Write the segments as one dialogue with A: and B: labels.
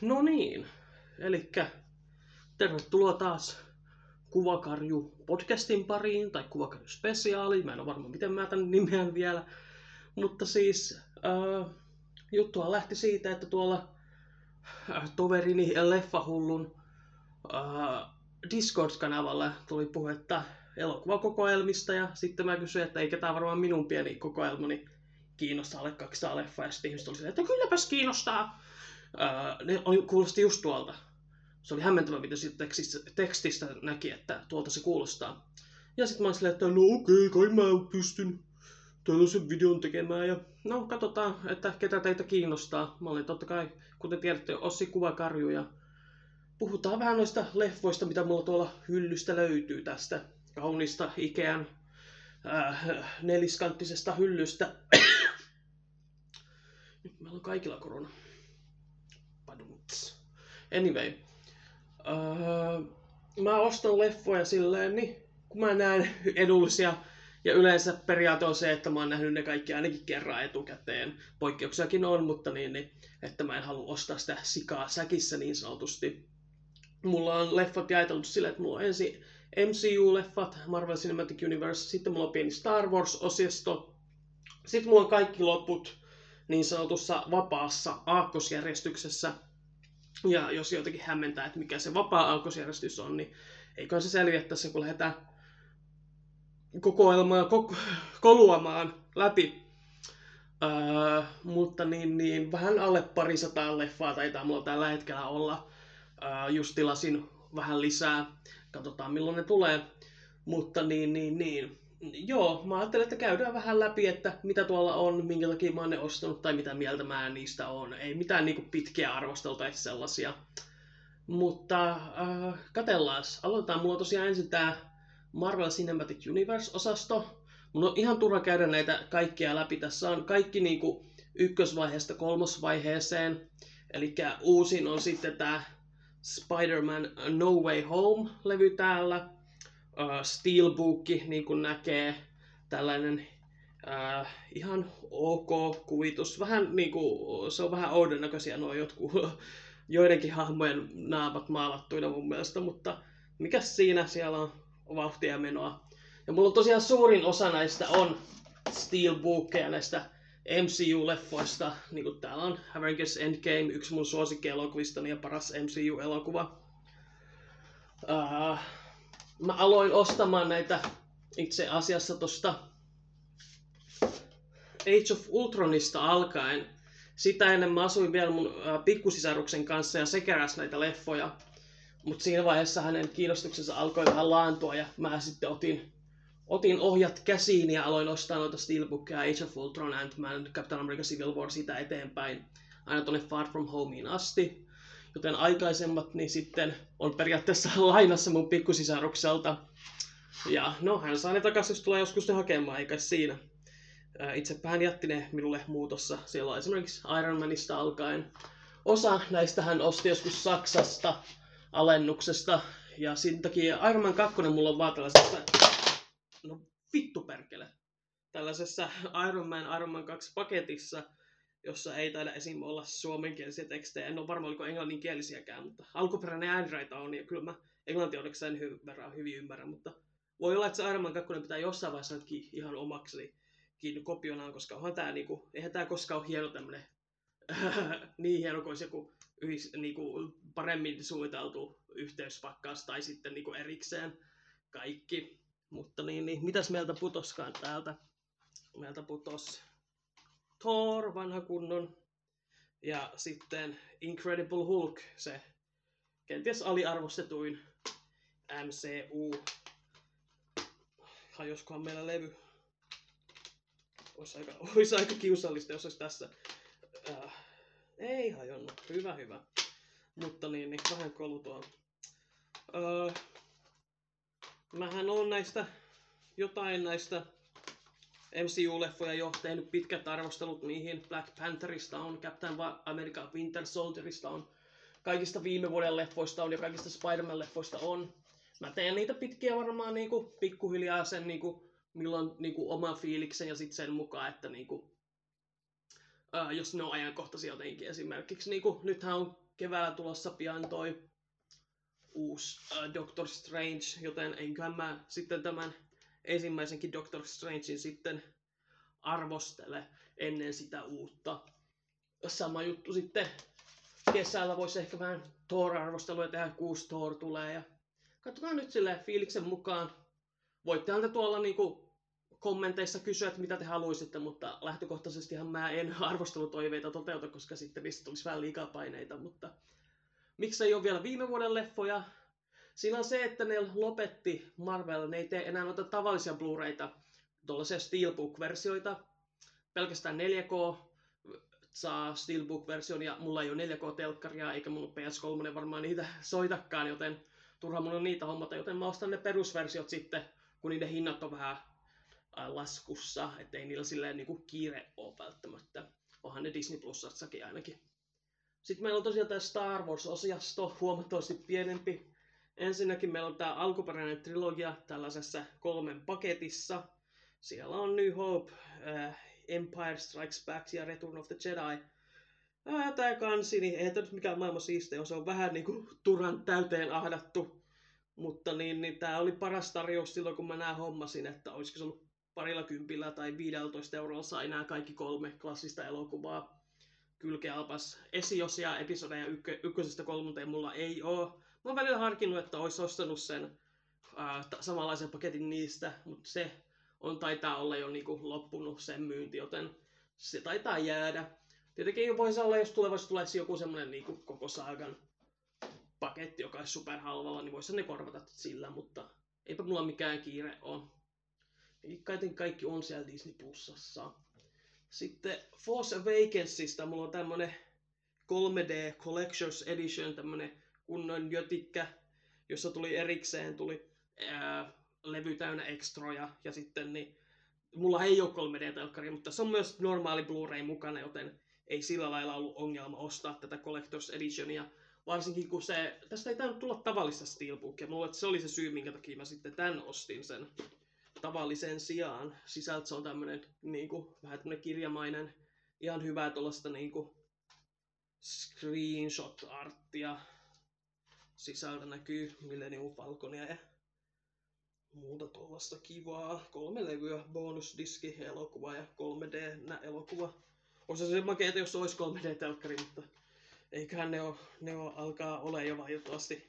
A: No niin, elikkä tervetuloa taas Kuvakarju podcastin pariin, tai Kuvakarju spesiaaliin. Mä en ole varma, miten mä tän nimeän vielä. Mutta siis juttua lähti siitä, että tuolla toverini Leffahullun Discord-kanavalla tuli puhetta elokuvakokoelmista, ja sitten mä kysyin, että eikä tää varmaan minun pieni kokoelmani kiinnostaa alle 200 leffaa, ja sitten ihmiset oli silleen, että kylläpäs kiinnostaa. Ne kuulosti just tuolta. Se oli hämmentävä, mitä siitä tekstistä näki, että tuolta se kuulostaa. Ja sitten mä olin silleen, että no okei, kai mä pystyn tällaisen videon tekemään. Ja no katsotaan, että ketä teitä kiinnostaa. Mä olin totta kai, kuten tiedätte, Ossi Kuvakarju. Ja puhutaan vähän noista leffoista, mitä mulla tuolla hyllystä löytyy tästä kauniista Ikean neliskanttisesta hyllystä. Nyt meillä on kaikilla korona. Anyway. Mä ostan leffoja silleen, niin kun mä näen edullisia, ja yleensä periaate on se, että mä oon nähnyt ne kaikki ainakin kerran etukäteen. Poikkeuksiakin on, mutta että mä en halua ostaa sitä sikaa säkissä niin sanotusti. Mulla on leffat jaeteltu silleen, että mulla on ensin MCU-leffat, Marvel Cinematic Universe, sitten mulla on pieni Star Wars-osasto, sitten mulla on kaikki loput niin sanotussa vapaassa aakkosjärjestyksessä. Ja jos jotenkin hämmentää, että mikä se vapaa aakkosjärjestys on, niin eiköhän se selviä tässä, kun lähdetään kokoelmaa koluamaan läpi. Mutta vähän alle 200 leffaa taitaa mulla tällä hetkellä olla. Just tilasin vähän lisää. Katsotaan milloin ne tulee. Mutta joo, mä ajattelin, että käydään vähän läpi, että mitä tuolla on, minkä takia mä oon ne ostanut tai mitä mieltä mä niistä on. Ei mitään niinku pitkiä arvostelta sellaisia. Mutta katellaan. Aloitetaan. Mulla on tosiaan ensin tää Marvel Cinematic Universe-osasto. Mun on ihan turha käydä näitä kaikkia läpi. Tässä on kaikki niinku ykkösvaiheesta kolmosvaiheeseen. Eli uusin on sitten tää Spider-Man No Way Home-levy täällä. Steelbook, niin kuin näkee, tällainen ihan ok kuvitus. Vähän niinku, se on vähän oudon näköisiä nuo joidenkin hahmojen naamat maalattuina mun mielestä, mutta mikäs siinä, siellä on vauhtia ja menoa. Ja mulla on tosiaan suurin osa näistä on Steelbookeja näistä MCU-leffoista. Niin kuin täällä on Avengers Endgame, yksi mun suosikkielokuvistani ja paras MCU-elokuva. Mä aloin ostamaan näitä itse asiassa tosta Age of Ultronista alkaen. Sitä ennen mä asuin vielä mun pikkusisaruksen kanssa ja se keräsi näitä leffoja. Mutta siinä vaiheessa hänen kiinnostuksensa alkoi vähän laantua ja mä sitten otin ohjat käsiin ja aloin ostaa noita Steelbookia, Age of Ultron, Ant-Man, Captain America Civil War siitä eteenpäin. Aina tonne Far From Homeen asti. Joten aikaisemmat niin sitten on periaatteessa lainassa mun pikkusisarukselta. Ja no, hän saa ne takaisin, jos tulee joskus ne hakemaan, eikä siinä. Itsepä hän jätti ne minulle muutossa. Siellä on esimerkiksi Iron Manista alkaen. Osa näistä hän osti joskus Saksasta alennuksesta. Ja sen takia Iron Man 2 mulla on vaan tällaisessa, no vittu perkele, tällaisessa Iron Man 2 paketissa, jossa ei taida esim. Olla suomenkielisiä tekstejä. En ole varma, oliko englanninkielisiäkään, mutta alkuperäinen ääniraita on, ja kyllä mä englantia onneksi en hyvin ymmärrä, mutta voi olla, että se Iron Man 2 pitää jossain vaiheessa ihan omaksi kopionaan, koska onhan tää niinku, eihän tää koskaan ole hieno tämmönen niin hieno kuin joku niinku paremmin suunniteltu yhteyspakkaus tai sitten niinku erikseen kaikki. Mutta mitäs meiltä putoskaan täältä? Meiltä putos Thor, vanha kunnon, ja sitten Incredible Hulk, se kenties aliarvostetuin MCU. Hajoskohan meillä levy? Olisi aika kiusallista, jos olisi tässä. Ei hajonnut. Hyvä. Mutta vähän kolutua. Mähän on jotain näistä MCU-leffoja jo tehnyt pitkät arvostelut niihin. Black Pantherista on, Captain America Winter Soldierista on, kaikista viime vuoden leffoista on ja kaikista Spider-Man-leffoista on. Mä teen niitä pitkiä varmaan niinku pikkuhiljaa sen niinku milloin niinku oma fiiliksen ja sitten sen mukaan, että niinku jos ne on ajankohtaisia jotenkin. Esimerkiksi niinku, nythän on keväällä tulossa pian toi uusi Doctor Strange, joten enköhän mä sitten tämän ensimmäisenkin Doctor Strangein sitten arvostele ennen sitä uutta. Sama juttu sitten kesällä voisi ehkä vähän Thor-arvostelua tehdä, kun uusi Thor tulee. Ja katsotaan nyt silleen fiiliksen mukaan. Voittehan te tuolla niinku kommenteissa kysyä, että mitä te haluaisitte, mutta lähtökohtaisestihan mä en arvostelutoiveita toteuta, koska sitten niistä tulisi vähän liikaa paineita. Mutta miksei ole vielä viime vuoden leffoja? Siinä on se, että ne lopetti Marvel, ne ei tee enää noita tavallisia Blu-rayta, tuollaisia Steelbook-versioita. Pelkästään 4K saa Steelbook-version ja mulla ei ole 4K-telkkaria eikä mun PS3 varmaan niitä soitakaan, joten turha mun on niitä hommata, joten mä ostan ne perusversiot sitten, kun niiden hinnat on vähän laskussa, ettei niillä silleen niinku kiire ole välttämättä. Onhan ne Disney Plusassakin ainakin. Sitten meillä on tosiaan tämä Star Wars-osasto, huomattavasti pienempi. Ensinnäkin meillä on tämä alkuperäinen trilogia tällaisessa 3 paketissa. Siellä on New Hope, Empire Strikes Back ja Return of the Jedi. Tää kansi, niin ei tämä nyt mikään maailman siisteä on. Se on vähän niinku turhan täyteen ahdattu. Mutta niin tää oli paras tarjous silloin, kun mä nää hommasin, että olisiko se ollut 20 tai 15 eurolla sai nämä kaikki 3 klassista elokuvaa. Kylkealpas esiosia, episodeja ykkösestä 3 mulla ei oo. Mä oon välillä harkinnut, että ois ostanut sen samanlaisen paketin niistä, mutta se taitaa olla jo niinku loppunut sen myynti, joten se taitaa jäädä. Tietenkin voisi olla, jos tulevaisuudessa tulisi joku semmonen niinku koko saagan paketti, joka olisi superhalvalla, niin voisi ne korvata sillä, mutta eipä mulla mikään kiire oo. Eli kaikki on siellä Disney Plusassa. Sitten Force Awakensista mulla on tämmönen 3D Collector's Edition, tämmönen kunnon jötikkä, jossa tuli erikseen levy täynnä extroja, ja sitten niin, mulla ei ole 3D-telkkari, mutta se on myös normaali Blu-ray mukana, joten ei sillä lailla ollut ongelma ostaa tätä Collector's Editionia, varsinkin kun tästä ei tainnut tulla tavallista Steelbookia, mulla se oli se syy, minkä takia mä sitten tän ostin sen tavallisen sijaan. Sisältö se on tämmönen niinku, vähän tämmönen kirjamainen, ihan hyvää tuollaista niinku screenshot-arttia. Sisältä näkyy Millennium Falconia ja muuta tuollaista kivaa. 3 levyä, bonusdiski, elokuva ja 3D-elokuva. Osa se makeeta, jos olisi 3D-telkkari, mutta eiköhän ne alkaa olla jo valitettavasti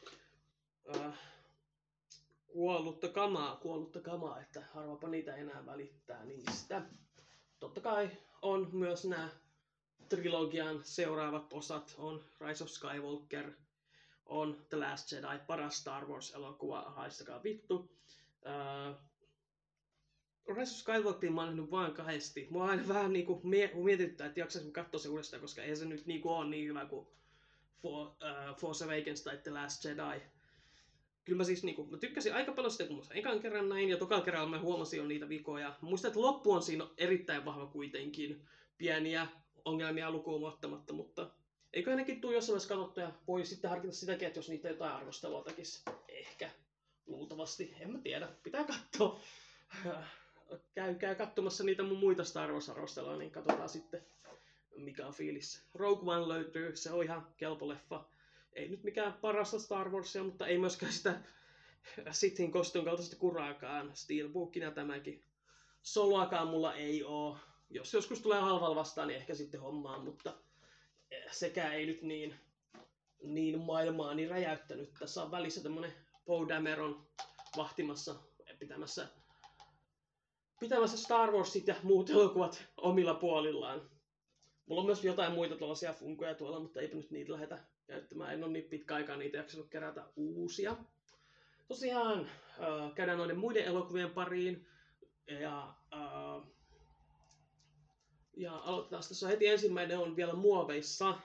A: kuollutta kamaa, että harvapa niitä enää välittää niistä. Totta kai on myös nämä trilogian seuraavat osat, on Rise of Skywalker, on The Last Jedi, paras Star Wars-elokuva, haistakaa vittu. Rise of Skywalkerin mä oon nähnyt vaan 2. Mua aina vähän niinku mietityttää, että jaksaisin katsoa se uudestaan, koska ei se nyt niinku ole niin hyvä kuin Force Awakens tai The Last Jedi. Kyllä mä siis mä tykkäsin aika paljon sitä, kun mä ekan kerran näin, ja tokan kerralla mä huomasin jo niitä vikoja. Muistan, että loppu on siinä erittäin vahva kuitenkin. Pieniä ongelmia lukuun ottamatta, mutta eikö ainakin tuu jossain vaiheessa katsottu, ja voi sitten harkita sitäkin, että jos niitä jotain arvostelua tekisi. Ehkä. Luultavasti. En mä tiedä. Pitää katsoa. Käykää katsomassa niitä mun muita Star Wars-arvosteluja, niin katsotaan sitten, mikä on fiilis. Rogue One löytyy, se on ihan kelpo leffa. Ei nyt mikään parasta Star Warsia, mutta ei myöskään sitä Sithin kostuun kaltaista kuraakaan. Steelbookina tämäkin. Soloakaan mulla ei oo. Jos joskus tulee halvalla vastaan, niin ehkä sitten hommaan, mutta sekään ei nyt niin maailmaani räjäyttänyt. Tässä on välissä tämmönen Poe Dameron vahtimassa, pitämässä Star Warsit ja muut elokuvat omilla puolillaan. Mulla on myös jotain muita tällaisia funkoja tuolla, mutta eipä nyt niitä lähdetä käyttämään. En ole niin pitkä aikaa niitä jaksanut kerätä uusia. Tosiaan käydään noiden muiden elokuvien pariin. Ja aloitetaan tässä heti ensimmäinen on vielä muoveissa.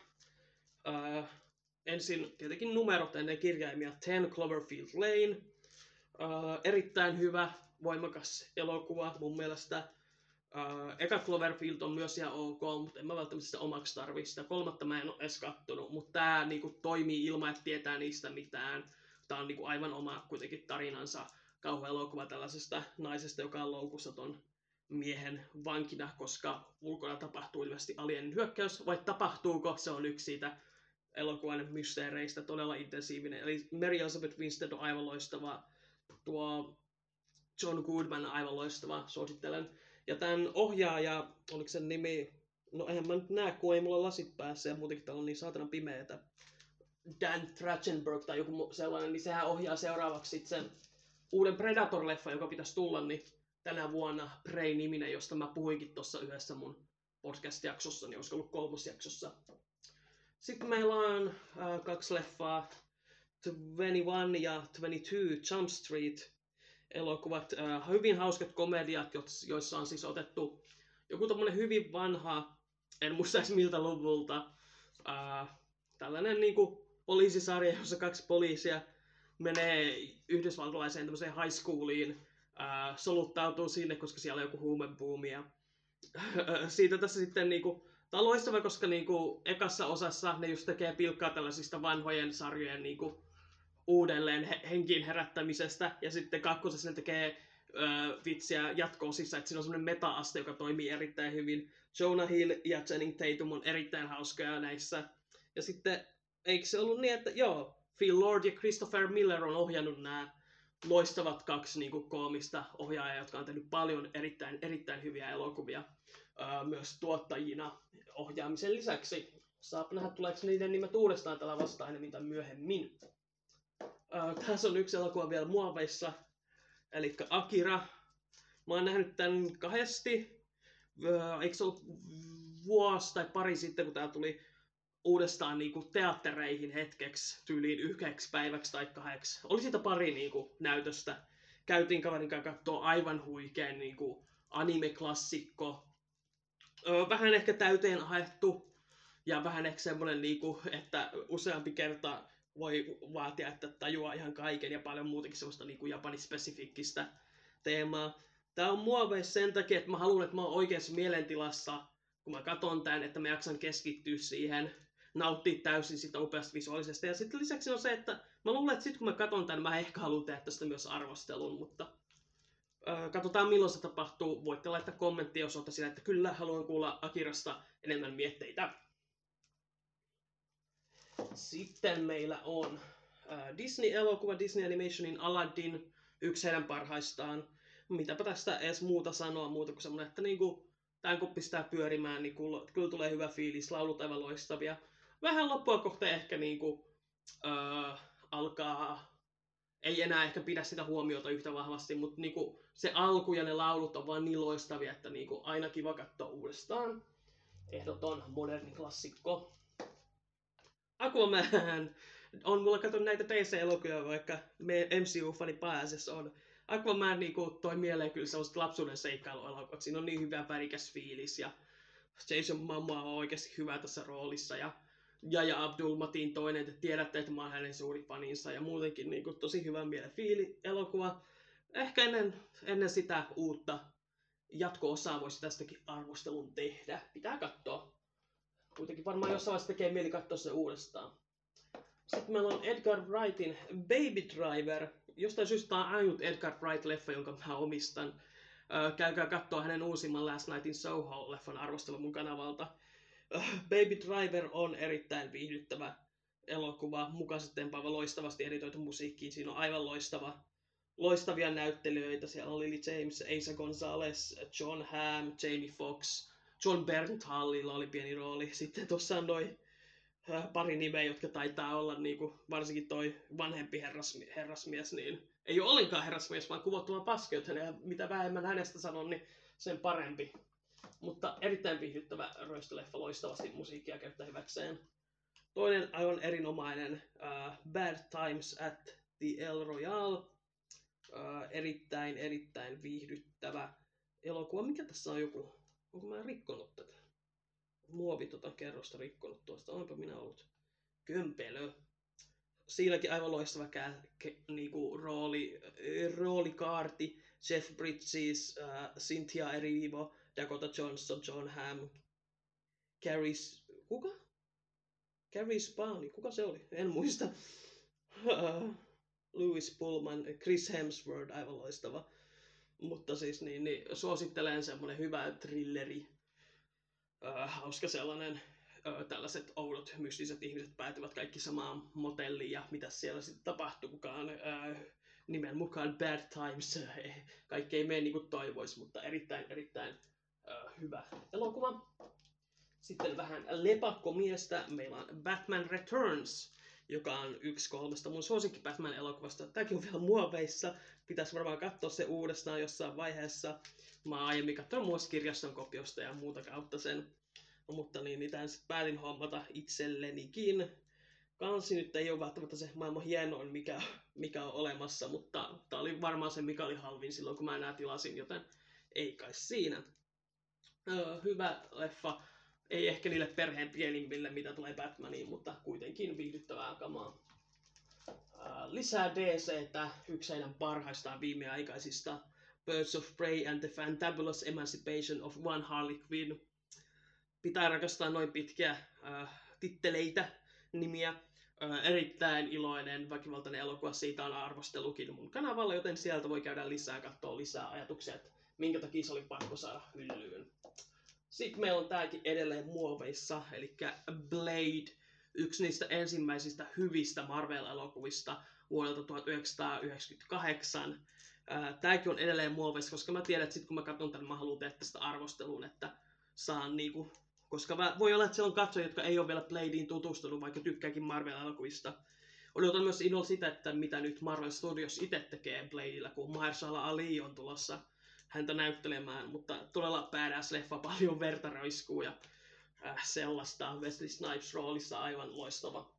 A: Ensin tietenkin numerot ennen kirjaimia. 10 Cloverfield Lane. Erittäin hyvä, voimakas elokuva mun mielestä. Eka Cloverfield on myös ihan ok, mutta en mä välttämättä sitä omaksi tarvii. Sitä 3. mä en ole edes kattonut, mutta tää niinku toimii ilman, että tietää niistä mitään. Tää on niinku aivan oma kuitenkin tarinansa kauhuelokuva tällaisesta naisesta, joka on loukussa ton miehen vankina, koska ulkona tapahtuu ilmeisesti alienin hyökkäys. Vai tapahtuuko? Se on yksi siitä elokuvan mysteereistä, todella intensiivinen. Eli Mary Elizabeth Winstead on aivan loistava, tuo John Goodman aivan loistava, suosittelen. Ja tämän ohjaaja, oliko sen nimi, no eihän mä nyt näe, kun ei mulla lasit päässä ja muutenkin täällä on niin saatana pimeetä. Dan Trachtenberg tai joku sellainen, niin sehän ohjaa seuraavaksi sit sen uuden Predator-leffa, joka pitäisi tulla, niin tänä vuonna Prey-niminen, josta mä puhuinkin tuossa yhdessä mun podcast-jaksossa, niin olisiko ollut 3. jaksossa. Sitten meillä on 2 leffaa, 21 ja 22 Jump Street elokuvat, hyvin hauskat komediat, joissa on siis otettu joku tommonen hyvin vanha, en muista edes miltä luvulta, tällainen niinku poliisisarja, jossa 2 poliisia menee yhdysvaltalaiseen tämmöiseen high schooliin, soluttautuu sinne, koska siellä on joku huumebuumi. Ja siitä tässä sitten niinku, tää on loistava, koska niinku ekassa osassa ne just tekee pilkkaa tällaisista vanhojen sarjojen niinku uudelleen henkiin herättämisestä, ja sitten kakkosessa ne tekee vitsiä jatko-osissa, että siinä on semmoinen meta-aste, joka toimii erittäin hyvin. Jonah Hill ja Channing Tatum on erittäin hauskoja näissä. Ja sitten, eikö se ollut niin, että joo, Phil Lord ja Christopher Miller on ohjannut nämä loistavat 2 niin kuin koomista ohjaajaa, jotka on tehnyt paljon erittäin hyviä elokuvia myös tuottajina ohjaamisen lisäksi. Saapa nähdä, tuleeko niiden nimet uudestaan tällä vastaan enemmän tai myöhemmin. Tässä on 1 elokuva vielä muoveissa, eli Akira. Mä oon nähnyt tän 2. Eikö se ollut vuosi tai pari sitten, kun tää tuli uudestaan niinku teattereihin hetkeksi, tyyliin 1 päiväksi tai 2. Oli siitä pari niinku näytöstä. Käytiin kaverin kanssa katsoa aivan huikean niinku anime-klassikko. Vähän ehkä täyteen haettu ja vähän ehkä semmonen niinku, että useampi kerta voi vaatia, että tajuaa ihan kaiken ja paljon muutenkin semmoista niinku japanispesifikkistä teemaa. Tää on muoveissa sen takia, että mä haluan, että mä oon oikeassa mielentilassa, kun mä katon tän, että mä jaksan keskittyä siihen, nauttia täysin sitä upeasta visuaalisesta. Ja sitten lisäksi on se, että mä luulen, että sit kun mä katon tän, mä ehkä haluan tehdä tästä myös arvostelun, mutta katsotaan milloin se tapahtuu. Voitte laittaa kommenttia, jos olette sillä, että kyllä haluan kuulla Akirasta enemmän mietteitä. Sitten meillä on Disney-elokuva, Disney Animationin Aladdin, yksi heidän parhaistaan. Mitäpä tästä edes muuta sanoa, muuta kuin semmoinen, että niinku, tämän kun pistää pyörimään, niin kyllä tulee hyvä fiilis, laulut aivan loistavia. Vähän loppua kohta ehkä niinku, alkaa, ei enää ehkä pidä sitä huomiota yhtä vahvasti, mutta niinku, se alku ja ne laulut on vaan niin loistavia, että niinku, aina kiva katsoa uudestaan. Ehdoton moderni klassikko. Aquaman on mulla katsonut näitä DC-elokuvia, vaikka me MCU-fani pääasiassa on. Aquaman niinku toi mieleen kyllä sellaiset lapsuuden seikkailuelokuvat. Siinä on niin hyvä värikäs fiilis ja Jason Momoa on oikeasti hyvä tässä roolissa ja Abdul-Mateen toinen, että tiedätte, että mä oon hänen suuri faninsa ja muutenkin niinku tosi hyvän mielen elokuva. Ehkä ennen sitä uutta jatko-osaa voisi tästäkin arvostelun tehdä. Pitää katsoa. Kuitenkin varmaan jossain vaiheessa tekee mieli katsoa se uudestaan. Sitten meillä on Edgar Wrightin Baby Driver. Jostain syystä tämä on ainut Edgar Wright-leffa, jonka mä omistan. Käykää katsoa hänen uusimman Last Night in Soho-leffan arvostelun mun kanavalta. Baby Driver on erittäin viihdyttävä elokuva, mukaisesti tempaava, loistavasti editoitu musiikkiin. Siinä on aivan loistavia näyttelijöitä. Siellä on Lily James, Eiza Gonzalez, John Hamm, Jamie Foxx. John Bernthallilla oli pieni rooli. Sitten tuossa on noin pari nimeä, jotka taitaa olla niinku, varsinkin toi vanhempi herrasmies, niin ei ole ollenkaan herrasmies, vaan kuvottava paska, joten mitä vähemmän hänestä sanon, niin sen parempi. Mutta erittäin viihdyttävä röystöleffa, loistavasti musiikkia käyttää hyväkseen. Toinen aivan erinomainen Bad Times at the El Royale. Erittäin viihdyttävä elokuva. Mikä tässä on joku? Onko mä rikkonut tätä? Muovi kerrosta rikkonut tuosta. Onpa minä ollut kömpelö. Siinäkin aivan loistava niinku roolikaarti. Jeff Bridges, Cynthia Erivo, Dakota Johnson, John Hamm, Carrie Spani, kuka se oli? En muista. Louis Pullman, Chris Hemsworth, aivan loistava. Mutta siis niin suosittelen semmonen hyvä thrilleri. Hauska sellainen. tällaiset oudot, mystiset ihmiset päätyvät kaikki samaan motelliin ja mitä siellä sitten tapahtuukaan. Nimen mukaan Bad Times. Kaikki ei mene niin kuin toivoisi, mutta erittäin hyvä elokuva. Sitten vähän lepakkomiestä. Meillä on Batman Returns, joka on yksi 3 mun suosikki Batman-elokuvasta. Tämäkin on vielä muoveissa. Pitäisi varmaan katsoa se uudestaan jossain vaiheessa. Mä oon aiemmin katsonut muassa kirjaston kopiosta ja muuta kautta sen. Mutta niin tämän sitten päätin hommata itsellenikin. Kansi nyt ei ole välttämättä se maailman hienoin, mikä on olemassa, mutta tää oli varmaan se, mikä oli halvin silloin, kun mä enää tilasin, joten ei kai siinä. Hyvä leffa. Ei ehkä niille perheen pienimmille, mitä tulee Batmaniin, mutta kuitenkin viihdyttävää kamaa. Lisää DC:tä, yksi heidän parhaistaan viimeaikaisista. Birds of Prey and the Fantabulous Emancipation of One Harley Quinn. Pitää rakastaa noin pitkiä titteleitä, nimiä. Erittäin iloinen, väkivaltainen elokuva, siitä on arvostelukin mun kanavalla, joten sieltä voi käydä lisää, katsoa lisää ajatuksia, että minkä takia se oli pakko saada hyllyyn. Sitten meillä on tääkin edelleen muoveissa, eli Blade, yksi niistä ensimmäisistä hyvistä Marvel-elokuvista vuodelta 1998. Tääkin on edelleen muoveissa, koska mä tiedän, että sit kun mä katson tämän, mä haluan tehdä tästä arvosteluun, että saan niinku, koska voi olla, että siellä on katsojia, jotka ei ole vielä Bladeen tutustunut, vaikka tykkääkin Marvel-elokuvista. Odotan myös innolla sitä, että mitä nyt Marvel Studios itse tekee Bladella, kun Mahershala Ali on tulossa häntä näyttelemään, mutta todella badass leffa, paljon verta roiskuu ja sellaista. Wesley Snipes roolissa aivan loistava.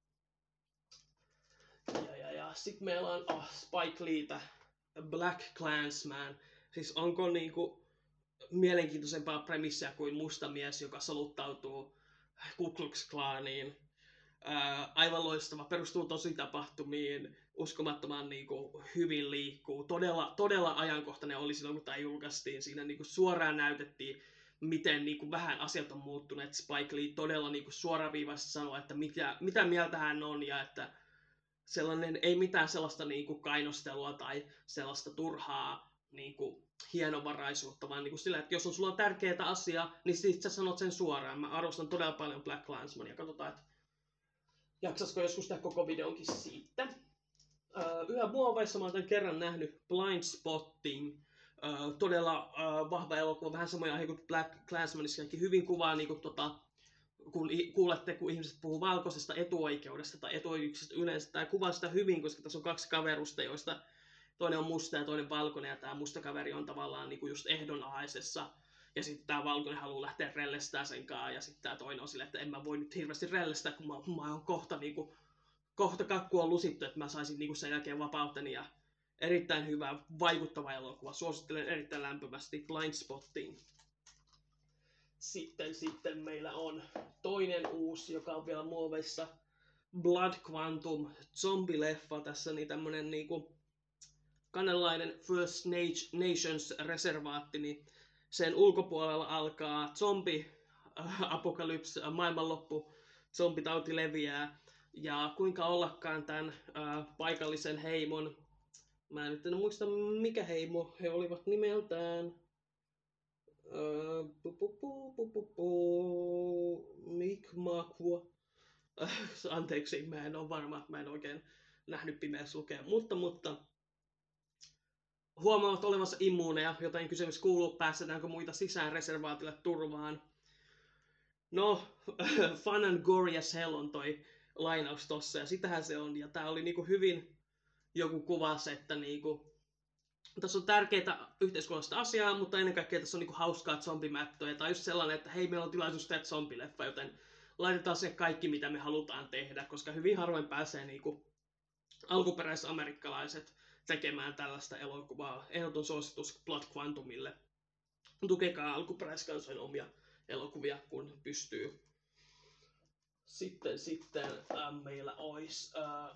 A: Ja sitten meillä on Spike Leetä, Black Klansman. Siis onko niinku mielenkiintoisempaa premissia kuin musta mies, joka soluttautuu Ku Klux Klaniin. Aivan loistava, perustuu tositapahtumiin, uskomattoman niinku hyvin liikkuu. Todella ajankohtainen oli silloin, kun tämä julkaistiin. Siinä niinku suoraan näytettiin, miten niinku vähän asiat on muuttuneet. Spike Lee todella niinku suoraviivaisesti sanoi, että mitä mieltä hän on ja että sellainen, ei mitään sellaista niinku kainostelua tai sellaista turhaa niinku hienovaraisuutta, vaan niinku sillä, että jos sulla on tärkeää asiaa, niin sit sä sanot sen suoraan. Mä arvostan todella paljon Black Klansmania. Katsotaan, että jaksaisiko joskus tehdä koko videonkin siitä. Yhä muoveissa mä oon tämän kerran nähnyt Blind Spotting. Todella vahva elokuva, vähän samoja aiheita kuin Black Klansmanissa. Hyvin kuvaa, niin kuin, kun kuulette, kun ihmiset puhuu valkoisesta etuoikeudesta tai etuoikeuksista yleensä. Tämä kuvaa sitä hyvin, koska tässä on 2 kaverusta, joista toinen on musta ja toinen valkoinen. Ja tämä musta kaveri on tavallaan niin kuin just ehdonaisessa. Ja sitten tämä valkoinen haluaa lähteä rellestää sen kanssa, ja sitten tämä toinen on silleen, että en mä voi nyt hirveästi rellestää, kun mä oon kohta kakku on lusittu, että mä saisin niinku sen jälkeen vapauttani. Ja erittäin hyvä, vaikuttava elokuva. Suosittelen erittäin lämpimästi Blind Spotting. Sitten meillä on toinen uusi, joka on vielä muoveissa. Blood Quantum, zombileffa. Tässä niin tämmönen niinku kanalainen First Nations-reservaatti, niin sen ulkopuolella alkaa zombi-apokalypse, maailmanloppu, zombitauti leviää. Ja kuinka ollakaan tämän paikallisen heimon, mä en nyt en muista mikä heimo he olivat nimeltään. Mikmakua. Anteeksi, mä en ole varma, mä en oikein nähnyt pimeässä lukea, mutta huomaavat olevansa immuuneja, joten kysymys kuuluu, päästetäänkö muita sisään reservaatille turvaan. No, fun and gory as hell on toi lainaus tossa, ja sitähän se on. Ja tää oli niinku hyvin joku kuvas, että niinku, tässä on tärkeää yhteiskunnallista asiaa, mutta ennen kaikkea tässä on niinku hauskaa zombimättöä. Tai just sellainen, että hei, meillä on tilaisuus tehdä zombileffa, joten laitetaan se kaikki, mitä me halutaan tehdä, koska hyvin harvoin pääsee niinku alkuperäisamerikkalaiset tekemään tällaista elokuvaa. Ehdoton suositus Blood Quantumille. Tukekaa alkuperäiskansojen omia elokuvia, kun pystyy. Sitten meillä olisi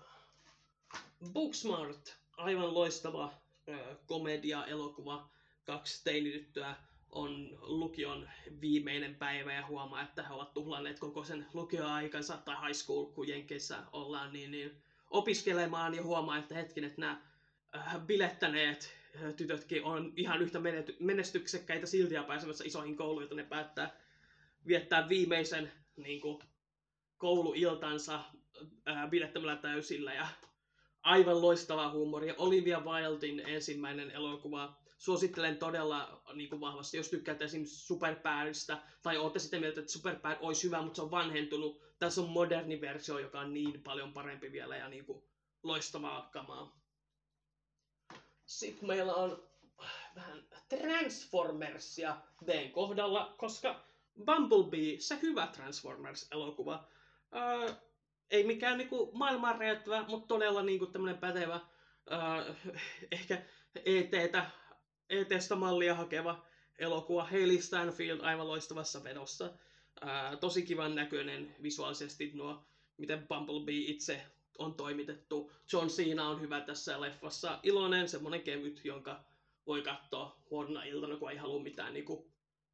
A: Booksmart, aivan loistava komedia-elokuva. 2 teinityttöä on lukion viimeinen päivä ja huomaa, että he ovat tuhlanneet koko sen lukioaikansa tai high school, kun Jenkeissä ollaan, niin opiskelemaan ja huomaa, että hetkinen, että nämä bilettäneet tytötkin on ihan yhtä menestyksekkäitä silti ja pääsemässä isoihin kouluihin, joita ne päättää viettää viimeisen niin kuin, kouluiltansa bilettämällä täysillä ja aivan loistava huumori. Olivia Wilden ensimmäinen elokuva. Suosittelen todella niin kuin vahvasti, jos tykkäät esimerkiksi Superbadista, tai olette sitä mieltä, että Superbad olisi hyvä, mutta se on vanhentunut. Tässä on moderni versio, joka on niin paljon parempi vielä ja niin kuin loistavaa kamaa. Sitten meillä on vähän Transformersia B:n kohdalla, koska Bumblebee, se hyvä Transformers-elokuva. Ei mikään niinku maailman räjäyttävä, mutta todella niinku tämmönen pätevä, ehkä ET:stä mallia hakeva elokuva. Hailey Stanfield aivan loistavassa vedossa. Tosi kivan näköinen visuaalisesti nuo, miten Bumblebee itse on toimitettu. John Cena on hyvä tässä leffassa. Iloinen, semmonen kevyt, jonka voi katsoa huonona iltana, kun ei halua mitään niinku,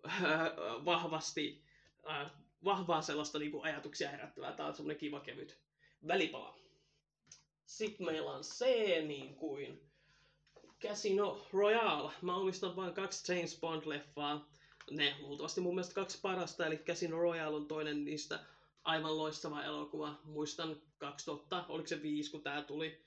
A: vahvaa sellaista niinku ajatuksia herättävää. Tää on semmonen kiva kevyt välipala. Sitten meillä on C niin kuin Casino Royale. Mä omistan vain 2 James Bond-leffaa. Ne luultavasti mun mielestä 2 parasta, eli Casino Royale on toinen niistä. Aivan loistava elokuva. Muistan 2000, oliko se 5, kun tää tuli.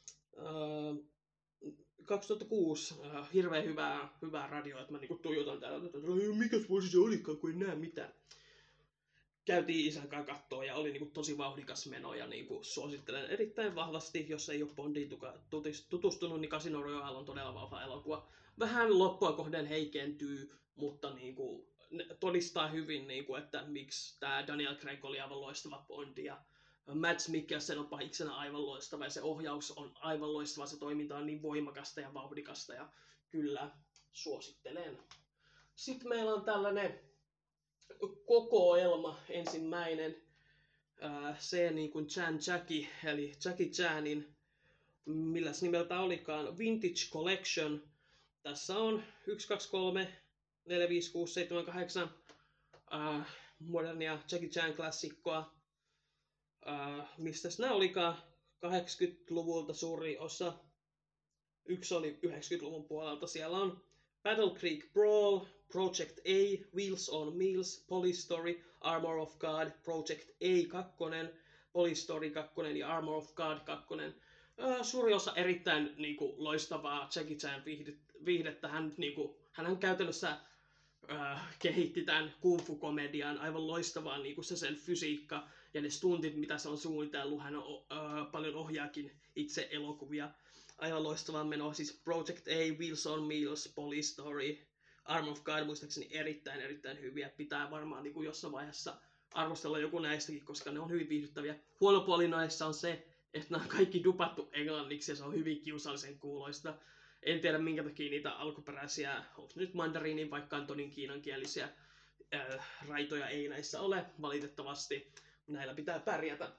A: 2006, hirveän hyvää radioa, että mä niinku tuijotan täällä, että mikäs vuosi se olikaan, kun en näe mitään. Käytiin isän kanssa kattoon ja oli niinku tosi vauhdikas meno ja niinku suosittelen erittäin vahvasti, jos ei ole Bondiin tutustunut, niin Casino Royale on todella vahva elokuva. Vähän loppua kohden heikentyy, mutta niinku todistaa hyvin, niinku, että miksi tämä Daniel Craig oli aivan loistava Bondi ja Mads Mikkelsen on pahiksena aivan loistava ja se ohjaus on aivan loistava, se toiminta on niin voimakasta ja vauhdikasta ja kyllä suosittelen. Sitten meillä on tällainen kokoelma ensimmäinen, se niin kuin Chan Jackie, eli Jackie Chanin, milläs nimeltä olikaan, Vintage Collection. Tässä on 1, 2, 3, 4, 5, 6, 7, 8 modernia Jackie Chan klassikkoa. Mistäs nämä olikaan? 80-luvulta suuri osa. Yksi oli 90-luvun puolelta. Siellä on Battle Creek Brawl, Project A, Wheels on Meals, Police Story, Armor of God, Project A 2, Police Story 2 ja Armor of God 2. Suuri osa erittäin niinku, loistavaa Jackie Chan viihdettä. Hän käytännössä kehitti tämän kung-fu-komedian aivan loistavaa niinku se sen fysiikka ja ne stuntit, mitä se on suunnitellut. Hän paljon ohjaakin itse elokuvia. Aivan loistavaa menoa. Siis Project A, Wheels on Meals, Police Story, Armor of God muistaakseni erittäin hyviä. Pitää varmaan niin kuin jossain vaiheessa arvostella joku näistäkin, koska ne on hyvin viihdyttäviä. Huono puoli noissa on se, että nämä on kaikki dupattu englanniksi ja se on hyvin kiusallisen kuuloista. En tiedä minkä takia niitä alkuperäisiä, onko nyt mandariinin vai kantonin kiinankielisiä raitoja ei näissä ole, valitettavasti. Näillä pitää pärjätä.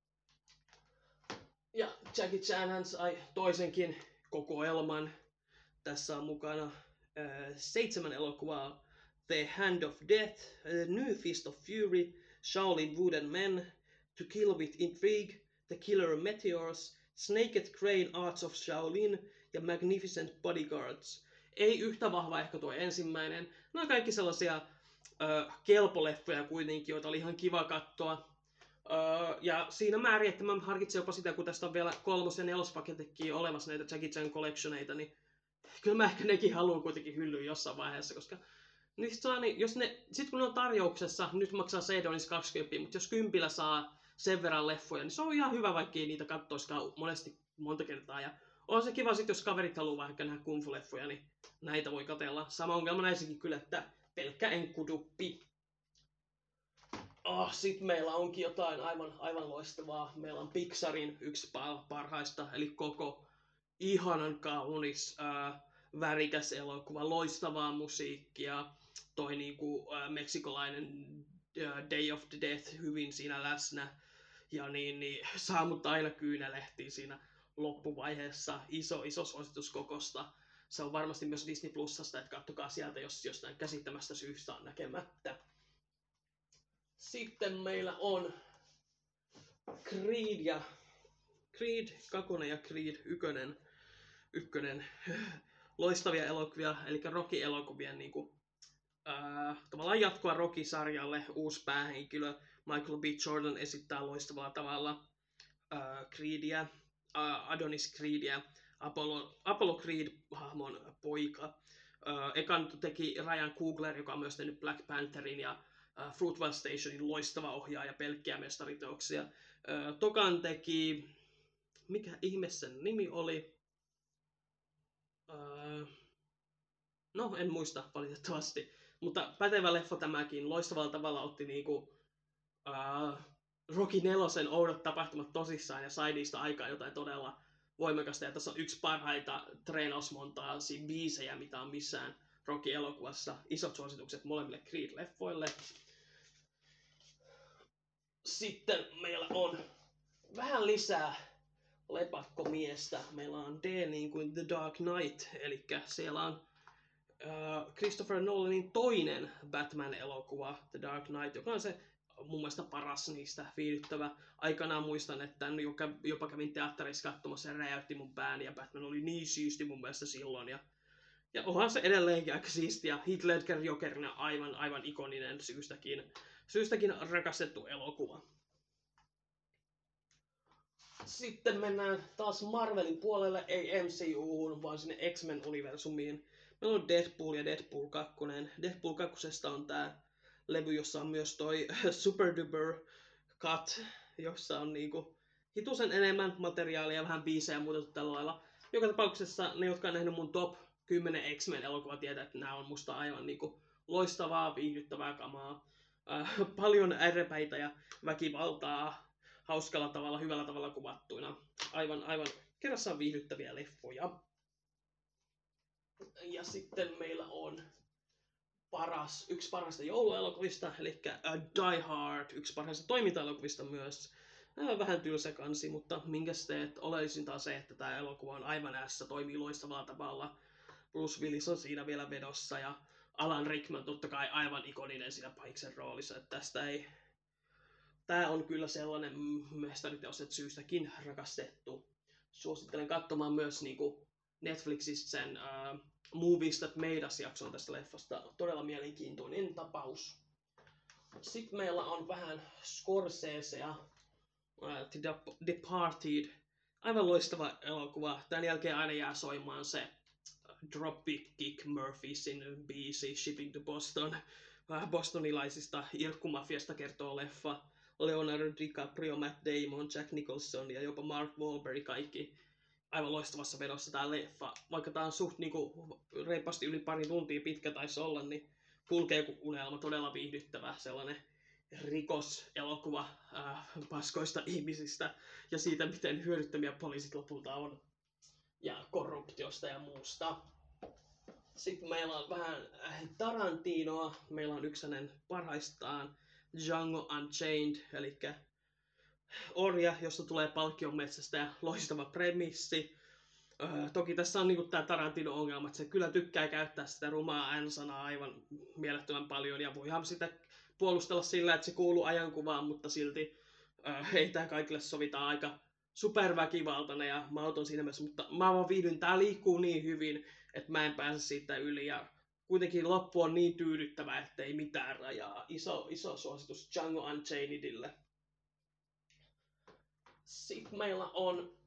A: Ja Jackie Chan hän sai toisenkin kokoelman. Tässä on mukana 7 elokuvaa. The Hand of Death, The New Fist of Fury, Shaolin Wooden Men, To Kill with Intrigue, The Killer Meteors, Snaked Crane Arts of Shaolin ja Magnificent Bodyguards. Ei yhtä vahva ehkä tuo ensimmäinen. Nämä on kaikki sellaisia kelpoleffoja kuitenkin, joita oli ihan kiva katsoa. Ja siinä määrin, että mä harkitsen jopa sitä, kun tästä on vielä 3. ja 4. pakettikin olemassa näitä Jackie Chan Collectioneita, niin kyllä mä ehkä nekin haluan kuitenkin hyllyä jossain vaiheessa, koska niistä saa, niin jos sit kun ne on tarjouksessa, nyt maksaa Seedonissa 20, mutta jos 10 saa sen verran leffoja, niin se on ihan hyvä, vaikka ei niitä kattoiskaan monta kertaa. Ja on se kiva sit, jos kaverit haluaa vaikka nähdä kung-fu-leffoja, niin näitä voi katella. Sama ongelma näissäkin kyllä, että pelkkä enkkuduppi. Sitten meillä onkin jotain aivan loistavaa. Meillä on Pixarin yksi parhaista, eli koko ihanan kaunis, värikäs elokuva, loistavaa musiikkia. Toi niinku, meksikolainen Day of the Death hyvin siinä läsnä. Ja niin saa mut aina kyynelehtiin siinä loppuvaiheessa. Iso suositus kokosta. Se on varmasti myös Disney Plusasta, että kattokaa sieltä, jos jostain käsittämästä syystä on näkemättä. Sitten meillä on Creed 2 ja Creed 1. Loistavia elokuvia, eli Rocky-elokuvien niinku, tavallaan jatkoa Rocky-sarjalle, uusi päähenkilö. Michael B. Jordan esittää loistavalla tavalla Creedia, Adonis Creedia, Apollo Creed-hahmon poika. Ekan teki Ryan Coogler, joka on myös tehnyt Black Pantherin ja Fruitvale Stationin loistava ohjaaja, pelkkiä mestariteoksia. Tokan teki, mikä ihme sen nimi oli? No, en muista valitettavasti. Mutta pätevä leffa tämäkin. Loistavalla tavalla otti niinku Rocky 4 oudot tapahtumat tosissaan ja sai niistä aikaan jotain todella voimakasta. Ja tässä on yksi parhaita treenausmontaasi biisejä, mitä on missään Rocky-elokuvassa. Isot suositukset molemmille Creed-leffoille. Sitten meillä on vähän lisää lepakkomiestä. Meillä on D niin kuin The Dark Knight, eli siellä on Christopher Nolanin toinen Batman-elokuva, The Dark Knight, joka on se mun mielestä paras niistä, viihdyttävä. Aikanaan muistan, että jopa kävin teatterissa katsomassa ja räjäytti mun pääni, ja Batman oli niin siisti mun mielestä silloin. Ja onhan se edelleenkin aika siisti, ja Heath Ledger Jokerina aivan ikoninen syystäkin rakastettu elokuva. Sitten mennään taas Marvelin puolelle, ei MCU:hun, vaan sinne X-Men-universumiin. Meillä on Deadpool ja Deadpool 2. Deadpool 2 on tää levy, jossa on myös toi Super Duper Cut, jossa on niinku hitusen enemmän materiaalia ja vähän biisejä muutettu tällä lailla. Joka tapauksessa ne, jotka on nähnyt mun top 10 X-Men elokuva, tietää, että nämä on musta aivan niinku loistavaa, viihdyttävää kamaa. Paljon ärräpäitä ja väkivaltaa hauskalla tavalla, hyvällä tavalla kuvattuina. Aivan kerrassaan viihdyttäviä leffoja. Ja sitten meillä on yksi parhaista jouluelokuvista, eli Die Hard, yksi parhaista toimintaelokuvista myös. Nämä on vähän tylsä kansi, mutta minkäs teet? Oleellisinta on se, että tämä elokuva on aivan ässä, toimii loistavalla tavalla. Bruce Willis on siinä vielä vedossa ja Alan Rickman totta kai aivan ikoninen siinä pahiksen roolissa. Että tää on kyllä sellainen mestariteos, että syystäkin rakastettu. Suosittelen katsomaan myös niinku Netflixistä sen Movies That Made Us-jakson tästä leffasta. Todella mielenkiintoinen tapaus. Sitten meillä on vähän Scorsesea, The Departed. Aivan loistava elokuva. Tän jälkeen aina jää soimaan se Dropkick Murphysin biisi Shipping to Boston. Bostonilaisista irkkumafiasta kertoo leffa. Leonardo DiCaprio, Matt Damon, Jack Nicholson ja jopa Mark Wahlberg, kaikki aivan loistavassa vedossa tää leffa. Vaikka tää on suht niinku reippaasti yli pari tuntia pitkä taisi olla, niin kulkee kuin unelma, todella viihdyttävä sellainen rikoselokuva paskoista ihmisistä ja siitä, miten hyödyttömiä poliisit lopulta on ja korruptiosta ja muusta. Sitten meillä on vähän Tarantinoa. Meillä on yksi hänen parhaistaan Django Unchained, eli orja, josta tulee palkkionmetsästä ja loistava premissi. Toki tässä on niinku tää Tarantino-ongelma, että se kyllä tykkää käyttää sitä rumaa N-sanaa aivan mielettömän paljon, ja voihan sitä puolustella sillä, että se kuuluu ajankuvaan, mutta silti ei tää kaikille sovita aika superväkivaltainen ja mauton siinä mielessä, mutta mä vaan viihdyn, tää liikkuu niin hyvin, että mä en pääse siitä yli, ja kuitenkin loppu on niin tyydyttävä, ettei mitään rajaa. Iso suositus Django Unchainedille. Sitten meillä on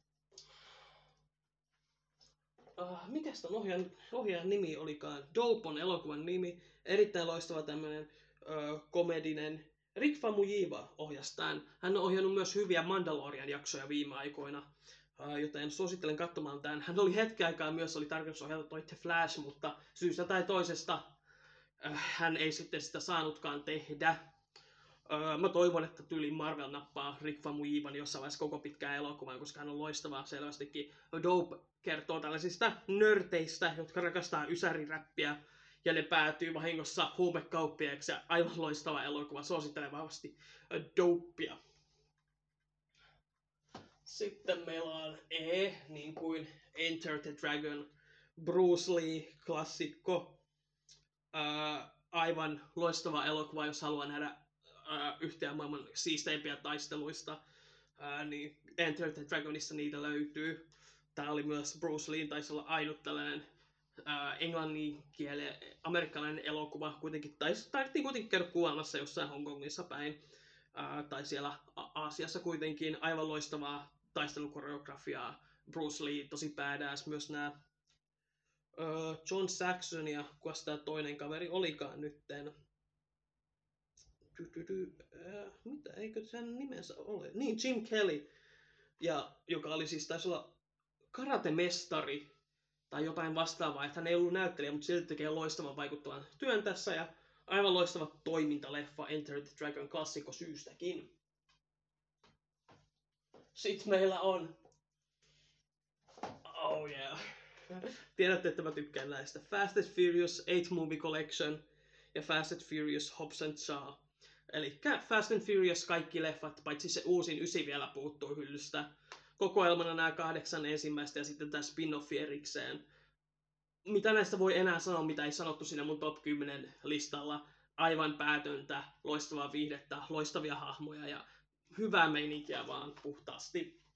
A: mikäs ton ohjaajan nimi olikaan? Dope on elokuvan nimi. Erittäin loistava tämmönen komedinen. Rick Famuyiwa ohjasi tämän. Hän on ohjannut myös hyviä Mandalorian-jaksoja viime aikoina, joten suosittelen katsomaan tämän. Hän oli hetken aikaa myös, oli tarkoitus ohjata toi The Flash, mutta syystä tai toisesta hän ei sitten sitä saanutkaan tehdä. Mä toivon, että tyyliin Marvel nappaa Rick Famuyiwan jossain vaiheessa koko pitkään elokuvaan, koska hän on loistava selvästikin. Dope kertoo tällaisista nörteistä, jotka rakastaa ysäriräppiä, ja ne päätyy vahingossa huumekauppiaiksi, ja aivan loistava elokuva. Suosittelen vahvasti Dopea. Sitten meillä on niin kuin Enter the Dragon, Bruce Lee, klassikko. Aivan loistava elokuva, jos haluaa nähdä yhtään maailman siisteimpiä taisteluista, niin Enter the Dragonissa niitä löytyy. Tää oli myös Bruce Lee, taisi olla ainut tällainen englanninkielinen amerikkalainen elokuva, kuitenkin taidettiin kuitenkin käydä kuvaamassa jossain Hongkongissa päin. tai siellä Aasiassa kuitenkin aivan loistavaa taistelukoreografiaa. Bruce Lee, tosi badass. Myös nämä John Saxon ja kukas tämä toinen kaveri olikaan nytten. Mitä, eikö sen nimensä ole? Niin, Jim Kelly, ja, joka oli siis taisi olla karatemestari tai jotain vastaavaa, että hän ei ollut näyttelijä, mutta silti tekee loistavan vaikuttavan työn tässä ja aivan loistava toimintaleffa Enter the Dragon klassikko syystäkin. Sitten meillä on... Oh yeah. Tiedätte, että mä tykkään näistä. Fast and Furious 8 Movie Collection ja Fast and Furious Hobbs and Shaw. Eli Fast and Furious kaikki leffat, paitsi se uusin 9 vielä puuttuu hyllystä. Kokoelmana nämä 8 ensimmäistä ja sitten tämä spin-offi erikseen. Mitä näistä voi enää sanoa, mitä ei sanottu siinä mun top 10 listalla. Aivan päätöntä, loistavaa viihdettä, loistavia hahmoja ja hyvää meininkiä vaan puhtaasti.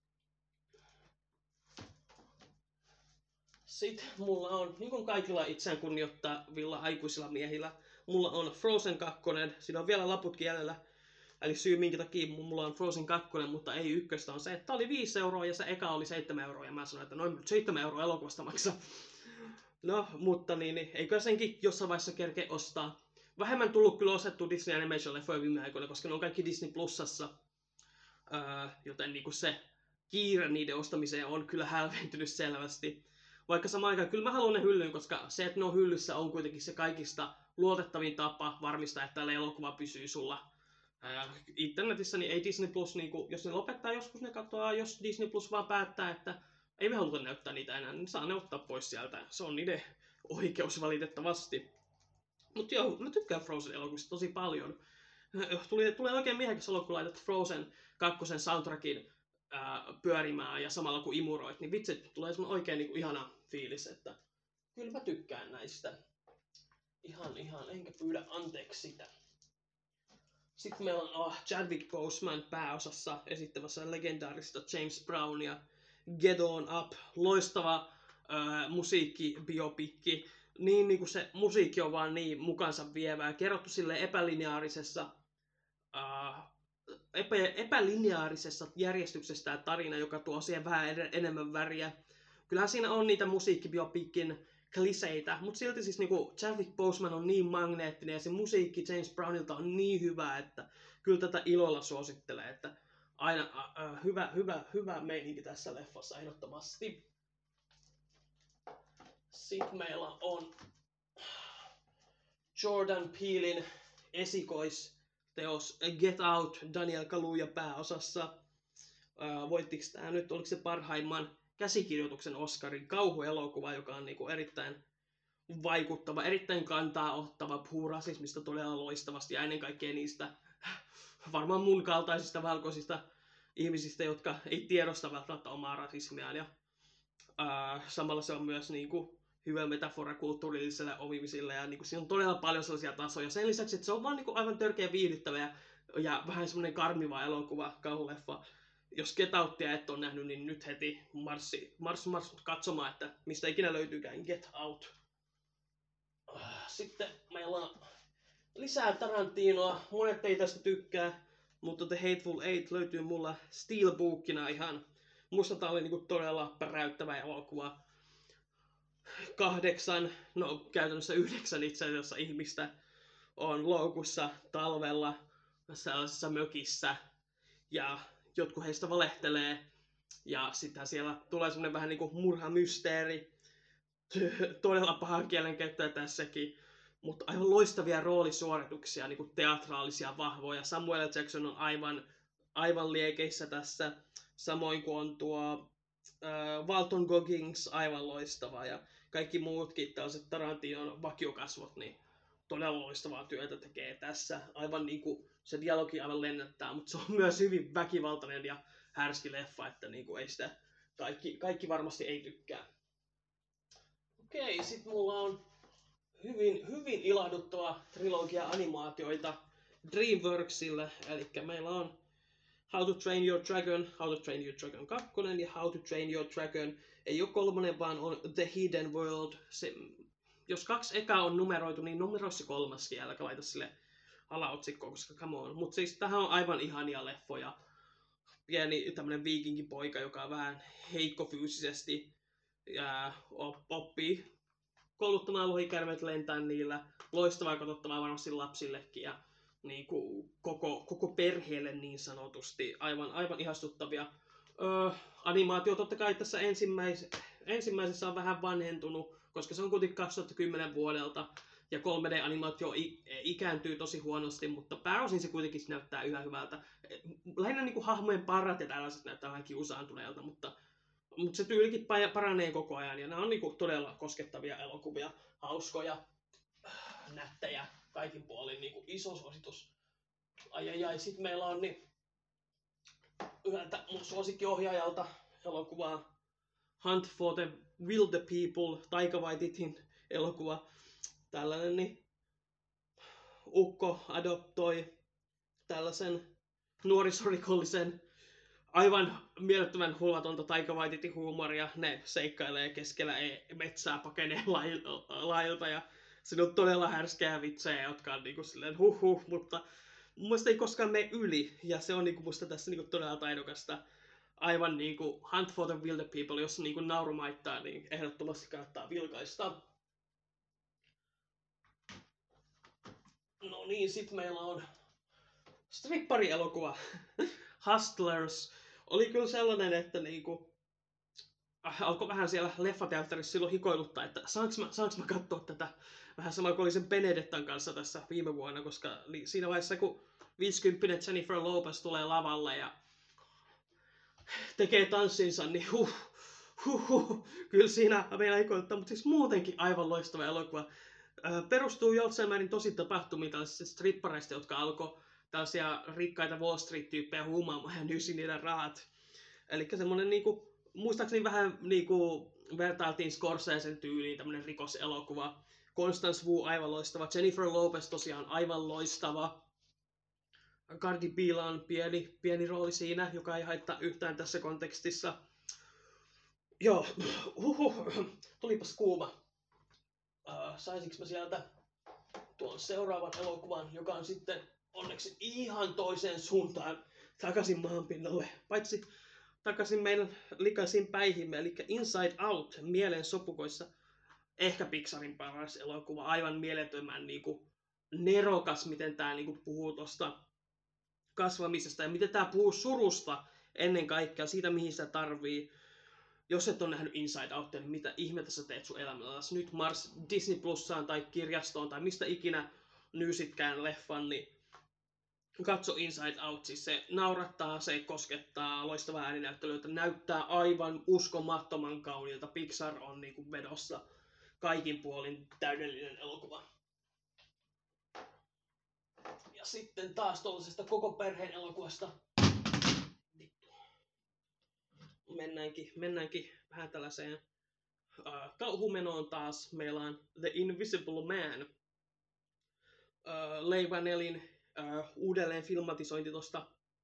A: Sitten mulla on, niin kuin kaikilla itseään kunnioittavilla aikuisilla miehillä, mulla on Frozen 2, siinä on vielä laput jäljellä. Eli syy minkä takia mulla on Frozen 2, mutta ei ykköstä on se, että oli 5 euroa ja se eka oli 7 euroa ja mä sanoin, että noin 7 euroa elokuvasta maksaa. No, mutta niin, eikö senkin jossain vaiheessa kerke ostaa. Vähemmän tullut kyllä ostettu Disney Animation-leffoja viime aikoina, koska ne on kaikki Disney Plusassa. Joten niin se kiire niiden ostamiseen on kyllä hälventynyt selvästi. Vaikka samaan aikaan kyllä mä haluan ne hyllyyn, koska se, että ne on hyllyssä, on kuitenkin se kaikista luotettavin tapa varmistaa, että tällä elokuva pysyy sulla internetissä, niin ei Disney Plus, niin kuin, jos ne lopettaa joskus ne katoaa, jos Disney Plus vaan päättää, että ei me haluta näyttää niitä enää, niin saa ne ottaa pois sieltä. Se on niiden oikeus valitettavasti. Mutta joo, mä tykkään Frozen-elokuvista tosi paljon. Tulee oikein miehekäs olo, kun laitat Frozen 2 soundtrackin pyörimään ja samalla kun imuroit, niin vitsi, tulee semmoinen oikein niin kuin ihana fiilis, että kyllä mä tykkään näistä. Ihan, enkä pyydä anteeksi sitä. Sitten meillä on Chadwick Boseman pääosassa esittämässä legendaarista James Brownia. Get On Up, loistava musiikkibiopikki. Niin kuin se musiikki on vaan niin mukansa vievää. Kerrottu sille epälineaarisessa järjestyksessä tämä tarina, joka tuo siihen vähän enemmän väriä. Kyllähän siinä on niitä musiikkibiopikin kliseitä, mutta silti siis niinku Chadwick Boseman on niin magneettinen ja se musiikki James Brownilta on niin hyvä, että kyllä tätä ilolla suosittelee, että aina hyvä meininki tässä leffassa ehdottomasti. Sitten meillä on Jordan Peelin esikoisteos Get Out, Daniel Kaluuya pääosassa. Voittiko tämä nyt, oliko se parhaimman käsikirjoituksen Oscarin kauhuelokuva, joka on niinku erittäin vaikuttava, erittäin kantaa ottava, puhuu rasismista todella loistavasti ja ennen kaikkea niistä varmaan mun kaltaisista valkoisista ihmisistä, jotka ei tiedosta välttämättä omaa rasismiaan. Ja samalla se on myös niinku hyvä metafora kulttuurilliselle omimisille ja niinku siinä on todella paljon sellaisia tasoja. Sen lisäksi, että se on vaan niinku aivan törkeä viihdyttävä ja vähän semmoinen karmiva elokuva, kauhuleffa. Jos Get Outia et ole nähnyt, niin nyt heti marssi katsomaan, että mistä ikinä löytyykään Get Out. Sitten meillä on lisää Tarantinoa. Monet ei tästä tykkää, mutta The Hateful Eight löytyy mulla Steelbookina ihan. Musta tää oli niinku todella päräyttävä elokuva. 8, no käytännössä 9 itse asiassa ihmistä on loukussa talvella sellaisessa mökissä. Ja jotkut heistä valehtelee. Ja sitten siellä tulee semmonen vähän niinku murhamysteeri. Todella pahan kielenkäyttöä tässäkin. Mutta aivan loistavia roolisuorituksia, niinku teatraalisia, vahvoja. Samuel Jackson on aivan liekeissä tässä. Samoin kuin on tuo Walton Goggins aivan loistava. Ja kaikki muutkin tällaiset Tarantinon vakiokasvot, niin todella loistavaa työtä tekee tässä. Aivan niinku se dialogi aivan lennättää, mutta se on myös hyvin väkivaltainen ja härski leffa, että niinku ei sitä kaikki varmasti ei tykkää. Okei, sit mulla on hyvin ilahduttava trilogia animaatioita DreamWorksille, eli meillä on How to Train Your Dragon, How to Train Your Dragon 2 ja How to Train Your Dragon. Ei ole 3, vaan on The Hidden World. Jos 2 ekaa on numeroitu, niin numeroi se 3, älkä laita sille alaotsikkoa, koska come on. Mutta siis tähän on aivan ihania leffoja. Pieni tämmönen viikinkipoika, joka on vähän heikko fyysisesti ja oppii kouluttamaan lohikärmet lentää niillä. Loistavaa katsottavaa varmasti lapsillekin ja niin kuin koko perheelle niin sanotusti. Aivan ihastuttavia. Animaatio totta kai tässä ensimmäisessä on vähän vanhentunut, koska se on kuitenkin 2010 vuodelta. Ja 3D-animaatio ikääntyy tosi huonosti, mutta pääosin se kuitenkin näyttää yhä hyvältä. Lähinnä niin kuin hahmojen parrat ja tällaiset näyttää vähän kiusaantuneelta, mutta se tyylikin paranee koko ajan. Ja nämä on niin kuin todella koskettavia elokuvia, hauskoja, nättejä, kaikin puolin niin kuin iso suositus. Ai. Sitten meillä on niin yhdeltä mun suosikkiohjaajalta elokuvaa Hunt for the Wilder People, Taika Waititin elokuva. Tällainen niin ukko adoptoi tällaisen nuorisorikollisen aivan mielettömän hulvatonta Taika Waititin huumoria. Ne seikkailee keskellä metsää, pakenee lailta ja siinä on todella härskejä vitsejä, jotka on niinku silleen mutta mun mielestä ei koskaan mene yli. Ja se on niinku musta tässä niinku todella taidokasta. Aivan niinku Hunt for the Wilder People, jos niinku nauru maittaa, niin ehdottomasti kannattaa vilkaista. No niin, sit meillä on strippari-elokuva. Hustlers. Oli kyllä sellainen, että niinku alkoi vähän siellä leffateatterissa silloin hikoiluttaa, että saanko mä katsoa tätä vähän samalla kuin oli sen Benedettan kanssa tässä viime vuonna, koska siinä vaiheessa kun 50 Jennifer Lopez tulee lavalle ja tekee tanssinsa, niin kyllä siinä meillä hikoiluttaa, mutta siis muutenkin aivan loistava elokuva. Perustuu jossain määrin tosi tapahtumiin tällaisista strippareista, jotka alkoi tällaisia rikkaita Wall Street-tyyppejä huumaamaan ja nyysi niiden rahat. Eli semmoinen niinku, muistaakseni vähän niinku vertailtiin Scorsesen tyyliin tämmöinen rikoselokuva. Constance Wu aivan loistava, Jennifer Lopez tosiaan aivan loistava. Cardi Billa on pieni rooli siinä, joka ei haittaa yhtään tässä kontekstissa. Joo, tulipas kuuma. Saisinko mä sieltä tuon seuraavan elokuvan, joka on sitten onneksi ihan toiseen suuntaan takaisin maanpinnalle. Paitsi takaisin meidän likaisiin päihimme, eli Inside Out, Mieleen sopukoissa. Ehkä Pixarin paras elokuva, aivan mielettömän niinku nerokas, miten tää niinku puhuu tosta kasvamisesta ja miten tää puhuu surusta ennen kaikkea, siitä mihin sitä tarvii. Jos et ole nähnyt Inside Outia, niin mitä ihmettä sä teet sun elämällä? Nyt Mars Disney Plussaan tai kirjastoon tai mistä ikinä nyysitkään leffan, niin katso Inside Out. Siis se naurattaa, se koskettaa, loistavaa ääninäyttelyä, näyttää aivan uskomattoman kauniilta. Pixar on niinku vedossa kaikin puolin täydellinen elokuva. Ja sitten taas tuollaisesta koko perheen elokuvasta mennäänkin vähän tällaiseen kauhumenoon taas. Meillä on The Invisible Man. Leigh Whannellin uudelleen filmatisointi tosta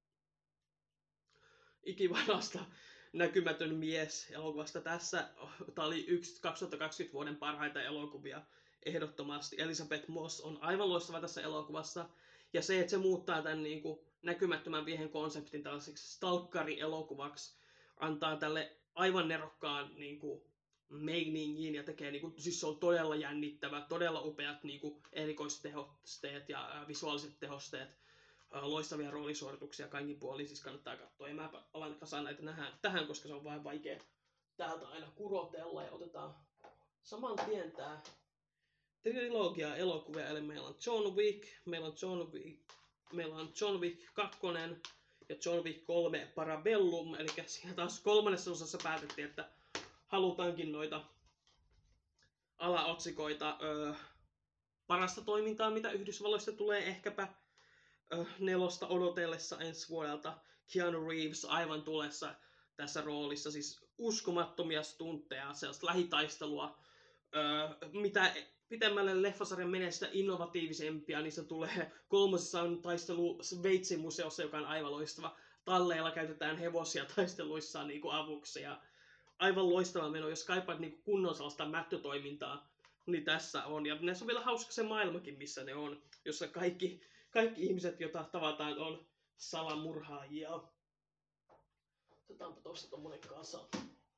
A: ikivanhasta Näkymätön mies elokuvasta. Tää oli yksi 2020 vuoden parhaita elokuvia ehdottomasti. Elizabeth Moss on aivan loistava tässä elokuvassa. Ja se, että se muuttaa tämän niin kuin näkymättömän miehen konseptin tällaiseksi stalkkari-elokuvaksi, antaa tälle aivan nerokkaan niin kuin meiningin ja tekee, niin kuin, siis se on todella jännittävä, todella upeat niin kuin erikoistehosteet ja visuaaliset tehosteet, loistavia roolisuorituksia kaikin puolin, siis kannattaa katsoa. Ja mä alan kasaan näitä tähän, koska se on vain vaikea täältä aina kurotella ja otetaan saman tien tää trilogia elokuvia, eli meillä on John Wick, meillä on John Wick 2 ja John Wick 3 Parabellum, eli siinä taas kolmannessa osassa päätettiin, että halutaankin noita alaotsikoita parasta toimintaa, mitä Yhdysvalloista tulee ehkäpä 4 odotellessa ensi vuodelta. Keanu Reeves aivan tulessa tässä roolissa, siis uskomattomia stuntteja, sellaista lähitaistelua, mitä pitemmälle leffasarjan menee sitä innovatiivisempia, niin se tulee. Kolmosessa on taistelu Sveitsin museossa, joka on aivan loistava. Talleilla käytetään hevosia taisteluissa niin kuin avuksi ja aivan loistava meno. Jos kaipaat niin kuin kunnon sellaista mättötoimintaa, niin tässä on. Ja näissä on vielä hauska se maailmakin, missä ne on, jossa kaikki kaikki ihmiset, joita tavataan, on salamurhaajia. Otetaanpa tosta tommonen kasa.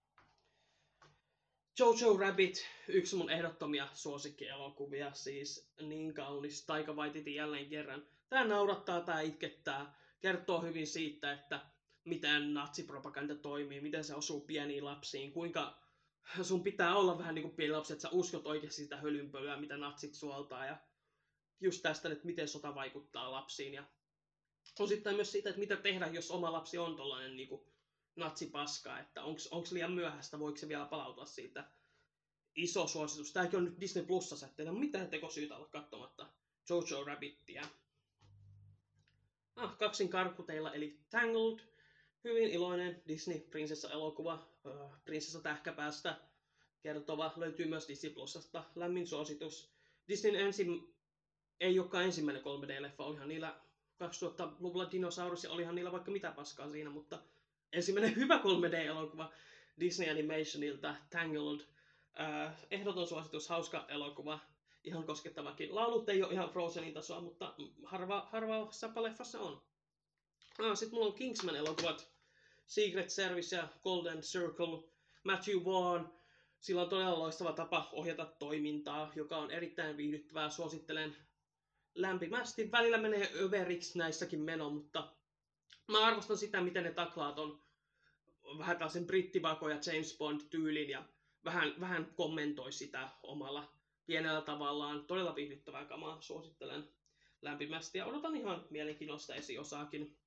A: Jojo Rabbit, yksi mun ehdottomia suosikkielokuvia, siis niin kaunis. Taika Waititi jälleen kerran. Tää naurattaa, tää itkettää, kertoo hyvin siitä, että miten natsipropaganda toimii, miten se osuu pieniin lapsiin, kuinka sun pitää olla vähän niin kuin pieni lapsi, että sä uskot oikeasti sitä hölynpölyä, mitä natsit suoltaa, ja just tästä, että miten sota vaikuttaa lapsiin, ja osittain myös siitä, että mitä tehdä, jos oma lapsi on tollainen niin kuin natsipaska, että onko liian myöhäistä, voiko se vielä palautua siitä. Iso suositus. Tämäkin on nyt Disney Plusassa, ettei ole mitään tekosyytä olla katsomatta Jojo Rabbittia. Kaksin karkuteilla eli Tangled. Hyvin iloinen Disney-prinsessa-elokuva. Prinsessa Tähkäpäästä kertova. Löytyy myös Disney Plusasta. Lämmin suositus. Disneyn ei olekaan ensimmäinen 3D-leffa. Olihan niillä 2000-luvulla dinosaurus ja olihan niillä vaikka mitä paskaa siinä, mutta ensimmäinen hyvä 3D-elokuva Disney Animationilta, Tangled. Ehdoton suositus, hauska elokuva, ihan koskettavakin. Laulut ei ole ihan Frozenin tasoa, mutta harva säppäleffassa on. Sitten mulla on Kingsman-elokuvat, Secret Service ja Golden Circle. Matthew Vaughn, sillä on todella loistava tapa ohjata toimintaa, joka on erittäin viihdyttävää. Suosittelen lämpimästi. Välillä menee överiksi näissäkin meno, mutta mä arvostan sitä, miten ne taklaat on vähän tällaisen brittivako ja James Bond-tyylin ja vähän kommentoi sitä omalla pienellä tavallaan. Todella viihdyttävää kamaa, suosittelen lämpimästi ja odotan ihan mielenkiinnosta esiosaakin.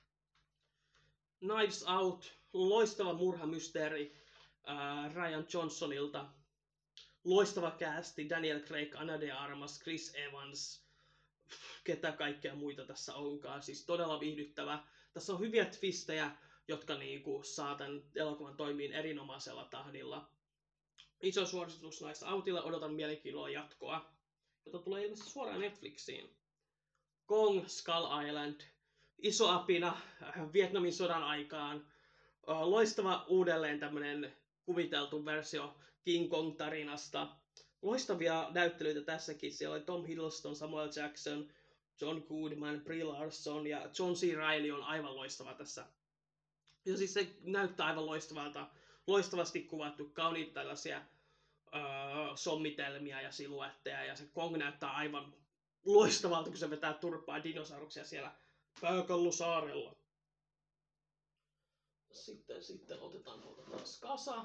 A: Knives Out, loistava murhamysteeri Ryan Johnsonilta. Loistava casti, Daniel Craig, Ana de Armas, Chris Evans, ketä kaikkea muita tässä onkaan. Siis todella viihdyttävä. Tässä on hyviä twistejä, jotka niinku saa tämän elokuvan toimiin erinomaisella tahdilla. Iso suositus Knives Outille, odotan mielenkiinnolla jatkoa, jota tulee ilmeisesti suoraan Netflixiin. Kong Skull Island, iso apina Vietnamin sodan aikaan. Loistava uudelleen tämmönen kuviteltu versio King Kong-tarinasta. Loistavia näyttelyitä tässäkin. Siellä oli Tom Hiddleston, Samuel Jackson, John Goodman, Brie Larson ja John C. Reilly on aivan loistava tässä. Ja siis se näyttää aivan loistavalta. Loistavasti kuvattu, kauniita tällaisia sommitelmia ja siluetteja. Ja se Kong näyttää aivan loistavalta, kun se vetää turpaa dinosauruksia siellä Pääkallosaarella. Sitten otetaan taas kasa.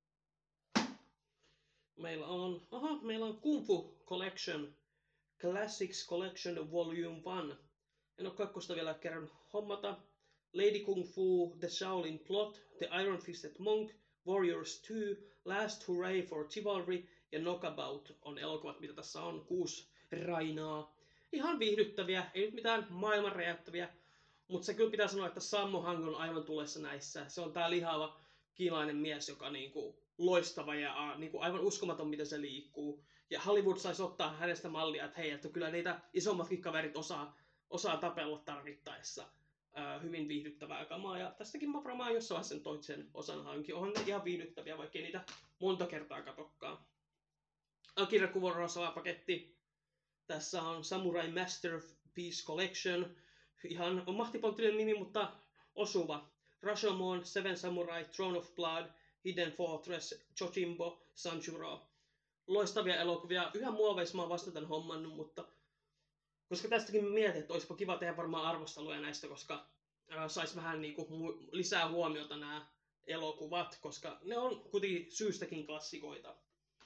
A: Meillä on Kung Fu Collection, Classics Collection Volume 1. En ole kakkosta vielä kerran hommata. Lady Kung Fu, The Shaolin Plot, The Iron Fisted Monk, Warriors 2, Last Hurray for Chivalry ja Knockabout on elokuvat, mitä tässä on. 6 rainaa. Ihan viihdyttäviä, ei nyt mitään maailman räjäyttäviä, mutta se kyllä pitää sanoa, että Sammo Hung on aivan tulessa näissä. Se on tää lihava kiinalainen mies, joka niinku loistava ja niinku aivan uskomaton, miten se liikkuu. Ja Hollywood saisi ottaa hänestä mallia, että hei, että kyllä niitä isommatkin kaverit osaa tapella tarvittaessa. Hyvin viihdyttävää kamaa, ja tästäkin mä varmaan jossain vaiheessa sen toisen osan hankin. Onhan ne ihan viihdyttäviä, vaikka ei niitä monta kertaa katokkaan. Akira Kurosawa paketti. Tässä on Samurai Masterpiece Collection. Ihan on mahtipontinen nimi, mutta osuva. Rashomon, Seven Samurai, Throne of Blood, Hidden Fortress, Chojimbo, Sanjuro. Loistavia elokuvia. Yhä muoveissa mä oon vasta tän hommannut, mutta koska tästäkin mietin, että olisipa kiva tehdä varmaan arvosteluja näistä, koska sais vähän niinku lisää huomiota nämä elokuvat, koska ne on kuitenkin syystäkin klassikoita.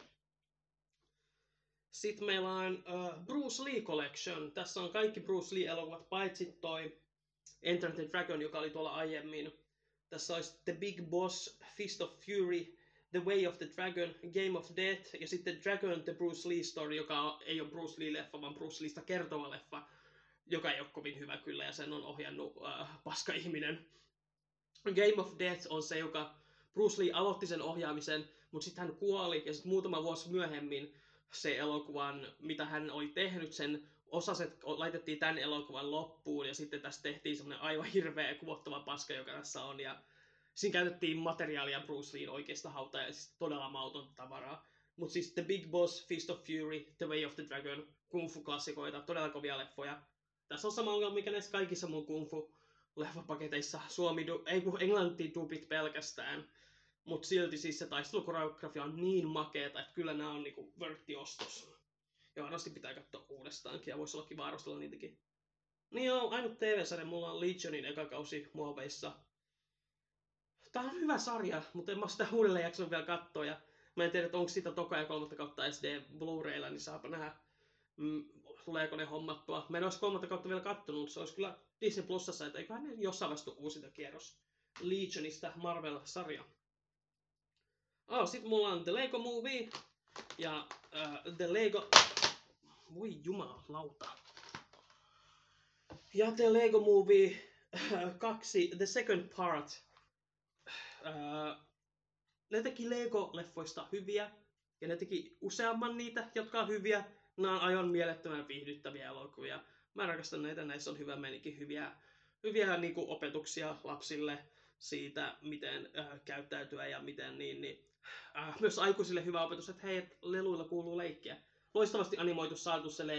A: Sitten meillä on Bruce Lee Collection. Tässä on kaikki Bruce Lee-elokuvat, paitsi toi Enter the Dragon, joka oli tuolla aiemmin. Tässä olisi The Big Boss, Fist of Fury, The Way of the Dragon, Game of Death ja sitten Dragon the Bruce Lee Story, joka ei ole Bruce Lee-leffa, vaan Bruce Leesta kertova leffa, joka ei ole kovin hyvä kyllä ja sen on ohjannut paska-ihminen. Game of Death on se, joka Bruce Lee aloitti sen ohjaamisen, mutta sitten hän kuoli ja sitten muutama vuosi myöhemmin se elokuvan, mitä hän oli tehnyt, sen osaset laitettiin tämän elokuvan loppuun ja sitten tässä tehtiin semmoinen aivan hirveä kuvottava paska, joka tässä on ja siinä käytettiin materiaalia Bruce Leen oikeasta hautajaisista, todella mautonta tavaraa. Mutta siis The Big Boss, Fist of Fury, The Way of the Dragon, Kung Fu-klassikoita, todella kovia leffoja. Tässä on sama ongelma, mikä näissä kaikissa mun kung fu leffapaketeissa englanti dubit pelkästään. Mut silti siis se taistelukoreografia on niin makeeta, että kyllä nämä on niinku vörttiostos. Ja varmasti pitää katsoa uudestaankin ja voisi olla kiva arvostella niitäkin. Niin joo, ainut TV-sarja mulla on Legionin eka kausi muoveissa. Tää on hyvä sarja, mutta en mä sitä uudelleen jaksanut vielä katsoa. Ja mä en tiedä, että onko sitä toka ja 3. kautta SD Blu-raylla, niin saapa nähdä, tuleeko ne hommattua. Mä en olisi 3. kautta vielä kattonut, mutta se olisi kyllä Disney Plusassa, että eiköhän ne jossain vaiheessa uusinta kierros Legionista Marvel-sarja. Sitten mulla on The Lego Movie ja The Lego... Voi jumalauta. Ja The Lego Movie 2, The Second Part. Ne teki Lego-leffoista hyviä, ja ne teki useamman niitä, jotka on hyviä. Nämä on aivan mielettömän viihdyttäviä elokuvia. Mä rakastan näitä, näissä on hyvä meininki, hyviä niin kuin opetuksia lapsille siitä, miten käyttäytyä ja miten myös aikuisille hyvä opetus, että hei, leluilla kuuluu leikkiä. Loistavasti animoitu saatu se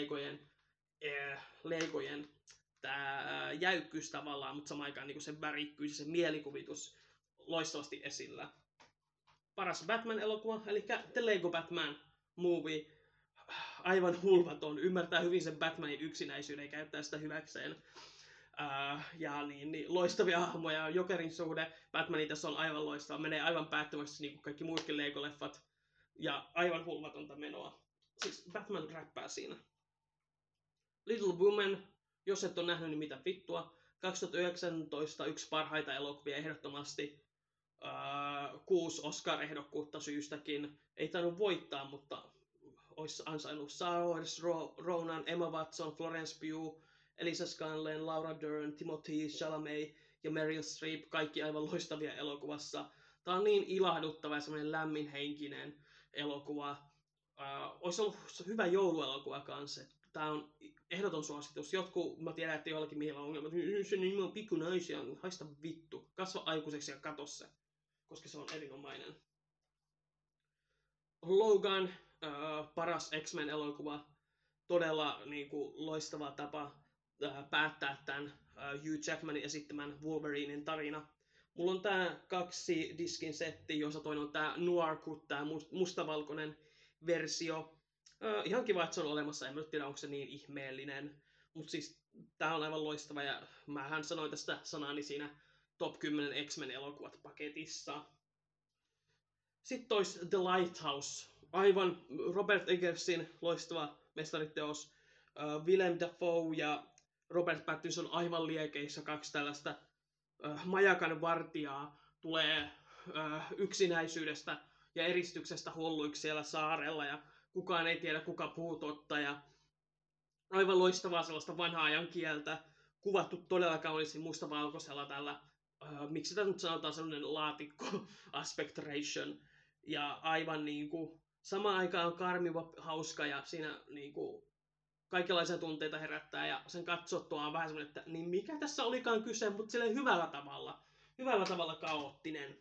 A: Legojen tää jäykkyys tavallaan, mutta samaan aikaan niin se värikkyys ja se mielikuvitus loistavasti esillä. Paras Batman-elokuva, eli The Lego Batman Movie. Aivan hulvaton, ymmärtää hyvin sen Batmanin yksinäisyyden ja käyttää sitä hyväkseen. Loistavia hahmoja, Jokerin suhde Batmanin tässä on aivan loistava, menee aivan päättömästi niin kuin kaikki muutkin Lego-leffat. Ja aivan hulvatonta menoa. Siis Batman räppää siinä. Little Women, jos et ole nähnyt, niin mitä vittua. 2019 yksi parhaita elokuvia ehdottomasti. 6 Oscar-ehdokkuutta syystäkin. Ei tainnut voittaa, mutta olisi ansainnut Saoirse Ronan, Emma Watson, Florence Pugh, Elisa Scanlen, Laura Dern, Timothée Chalamet ja Meryl Streep. Kaikki aivan loistavia elokuvassa. Tämä on niin ilahduttava ja semmoinen lämminhenkinen elokuva. Olisi ollut hyvä jouluelokuva kanssa. Tämä on ehdoton suositus. Jotkut, mä tiedän, että joillakin miehillä on ongelmat. Se nimi on pikkunaisia, haista vittu. Kasva aikuiseksi ja katso se, koska se on erinomainen. Logan, paras X-Men-elokuva. Todella loistava tapa päättää tämän Hugh Jackmanin esittämän Wolverinen tarina. Mulla on tää 2 diskin setti, jossa toinen on tää Noir Cut, tää mustavalkoinen versio. Ihan kiva, että se on olemassa, en mä tiedä, onko se niin ihmeellinen. Mutta siis tää on aivan loistava ja mähän sanoin tästä sanani siinä Top 10 X-Men elokuvat paketissa. Sitten tois The Lighthouse. Aivan Robert Eggersin loistava mestariteos. Willem Dafoe ja Robert Pattinson aivan liekeissä, 2 tällaista majakan vartijaa tulee yksinäisyydestä ja eristyksestä hulluiksi siellä saarella ja kukaan ei tiedä kuka puhuu totta ja aivan loistavaa sellaista vanhaa ajan kieltä, kuvattu todella kauniisti mustavalkoisella tällä, miksi tämä nyt sanotaan sellainen laatikko aspect ratio ja aivan samaan aikaan on karmiva hauska ja siinä kaikenlaisia tunteita herättää ja sen katsottua on vähän semmoinen, että niin mikä tässä olikaan kyse, mutta silleen hyvällä tavalla kaoottinen.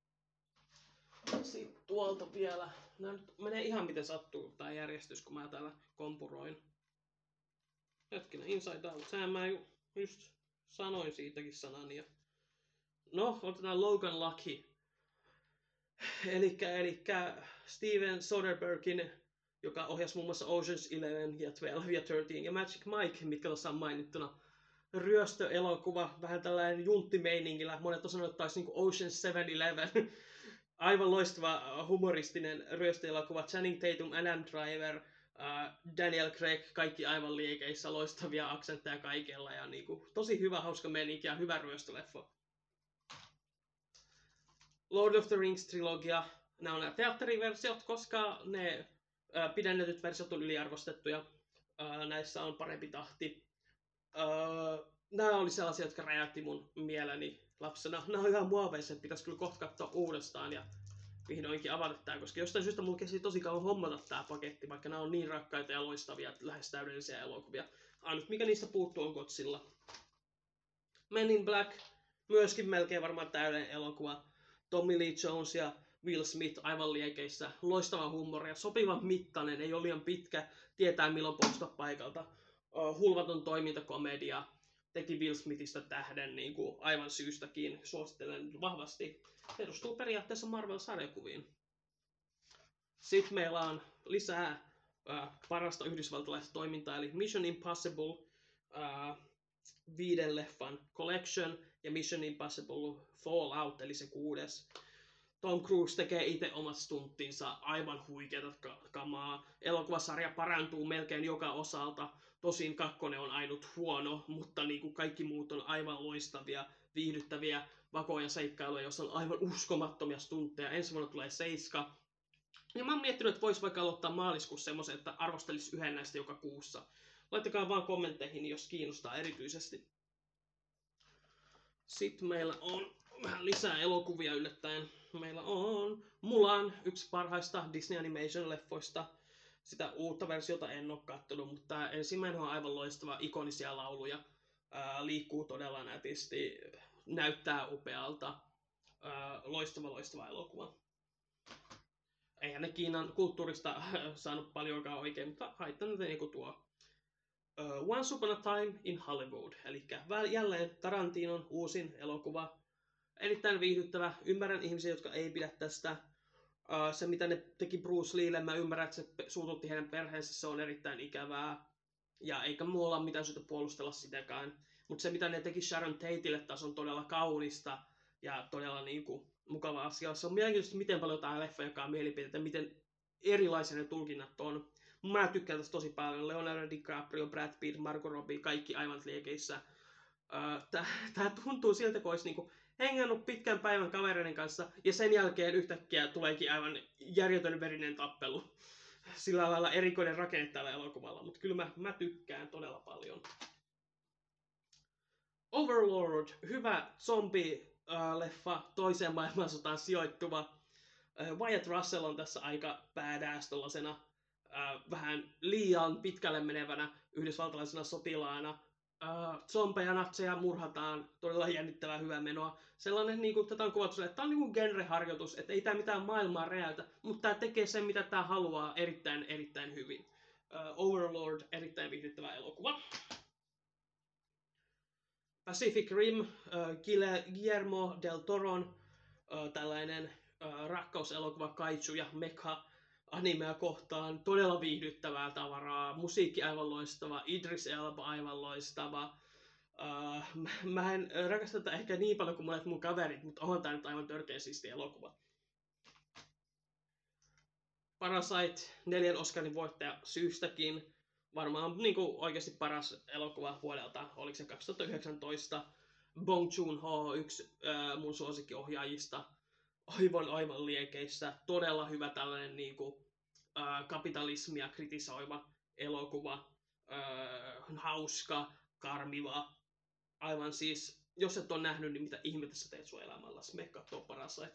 A: Sitten tuolta vielä. Nämä nyt menee ihan miten sattuu tää järjestys, kun mä täällä kompuroin. Hetkinen, Inside Out. Sehän mä just sanoin siitäkin sanan. Ja... No, otetaan Logan Lucky. Elikkä Steven Soderberghin, joka ohjasi muun muassa Ocean's 11 ja 12 ja 13 ja Magic Mike, mitkä tuossa on mainittuna. Ryöstöelokuva, vähän tällainen junttimeiningillä. Monet on sanonut, että taisi Ocean's 7-11. Aivan loistava humoristinen ryöstöelokuva. Channing Tatum, Adam Driver, Daniel Craig, kaikki aivan liekeissä, loistavia aksentteja kaikella. Ja tosi hyvä, hauska meininki ja hyvä ryöstöleffa. Lord of the Rings-trilogia. Nämä on nämä teatteriversiot, koska ne pidennetyt versiot on yliarvostettuja. Näissä on parempi tahti. Nämä oli sellaisia, jotka räjäytti mun mieleni lapsena. Nämä on ihan muoveissa, että pitäisi kyllä kohta katsoa uudestaan ja vihdoinkin avata tää, koska jostain syystä mulla kesti tosi kauan hommata tää paketti, vaikka nämä on niin rakkaita ja loistavia, lähes täydellisiä elokuvia. Ainut mikä niistä puuttuu on Godzilla. Men in Black, myöskin melkein varmaan täydellinen elokuva. Tommy Lee Jones ja Will Smith aivan liekeissä. Loistava huumoria, sopivan mittainen, ei ole liian pitkä, tietää milloin poistua paikalta. hulvaton toimintakomedia, teki Will Smithistä tähden niin kuin aivan syystäkin, suosittelen vahvasti. Perustuu periaatteessa Marvel-sarjakuviin. Sitten meillä on lisää parasta yhdysvaltalaista toimintaa, eli Mission Impossible 5 leffan Collection ja Mission Impossible Fallout, eli se 6. Tom Cruise tekee itse omat stunttinsa, aivan huikeata kamaa. Elokuvasarja parantuu melkein joka osalta. Tosin 2 on ainut huono, mutta niin kuin kaikki muut on aivan loistavia, viihdyttäviä, vakoja seikkailuja, joissa on aivan uskomattomia stuntteja. Ensi vuonna tulee 7. Ja mä oon miettinyt, että vois vaikka aloittaa maaliskuussa semmoisen, että arvostelis yhden näistä joka kuussa. Laittakaa vaan kommentteihin, jos kiinnostaa erityisesti. Sitten meillä on vähän lisää elokuvia yllättäen. Meillä on Mulan, yksi parhaista Disney Animation-leffoista. Sitä uutta versiota en ole katsonut, mutta tämä ensimmäinen on aivan loistava, ikonisia lauluja. Liikkuu todella nätisti, näyttää upealta. Loistava elokuva. Eihän ne Kiinan kulttuurista saanut paljonkaan oikein, mutta haittanut niinku tuo Once Upon a Time in Hollywood. Eli jälleen Tarantinon uusin elokuva. Erittäin viihdyttävä. Ymmärrän ihmisiä, jotka ei pidä tästä. Se, mitä ne teki Bruce Leelle, mä ymmärrän, että se suututti heidän perheensä, se on erittäin ikävää. Ja eikä mulla ole mitään syytä puolustella sitäkään. Mutta se, mitä ne teki Sharon Tateille, taas on todella kaunista ja todella niinku mukava asia. Se on mielenkiintoista, miten paljon tämä leffa jakaa mielipiteitä, miten erilaisia ne tulkinnat on. Mä tykkään tästä tosi paljon. Leonardo DiCaprio, Brad Pitt, Margot Robbie, kaikki aivan liekeissä. Tää tuntuu siltä, kun olisi niinku hengannut pitkän päivän kavereiden kanssa, ja sen jälkeen yhtäkkiä tuleekin aivan järjetön verinen tappelu. Sillä lailla erikoinen rakenne tällä elokuvalla, mutta kyllä mä tykkään todella paljon. Overlord, hyvä zombi-leffa, toiseen maailmansotaan sijoittuva. Wyatt Russell on tässä aika badass tollasena vähän liian pitkälle menevänä yhdysvaltalaisena sotilaana. Zombeja, natseja murhataan, todella jännittävää hyvää menoa. Sellainen, niin kuin, tätä on kuvattu, että tämä on niin genreharjoitus, että ei tämä mitään maailmaa räjäytä, mutta tämä tekee sen, mitä tämä haluaa erittäin hyvin. Overlord, erittäin viihdyttävä elokuva. Pacific Rim, Guillermo del Toron, tällainen rakkauselokuva kaiju ja mecha animea kohtaan, todella viihdyttävää tavaraa, musiikki aivan loistava, Idris Elba aivan loistava. Mä en rakasta tätä ehkä niin paljon kuin monet mun kaverit, mutta on tää nyt aivan törkeä siisti elokuva. Parasite, 4 Oscarin voittaja syystäkin. Varmaan niin kuin oikeasti paras elokuva vuodelta, oliko se 2019. Bong Joon-ho, yksi mun suosikkiohjaajista. Aivan liekeissä. Todella hyvä tällainen niin kuin, kapitalismia kritisoiva elokuva. Hauska, karmiva. Aivan siis, jos et ole nähnyt, niin mitä ihmettä sä teet sun elämälläsi. Mene kattoo Parasite.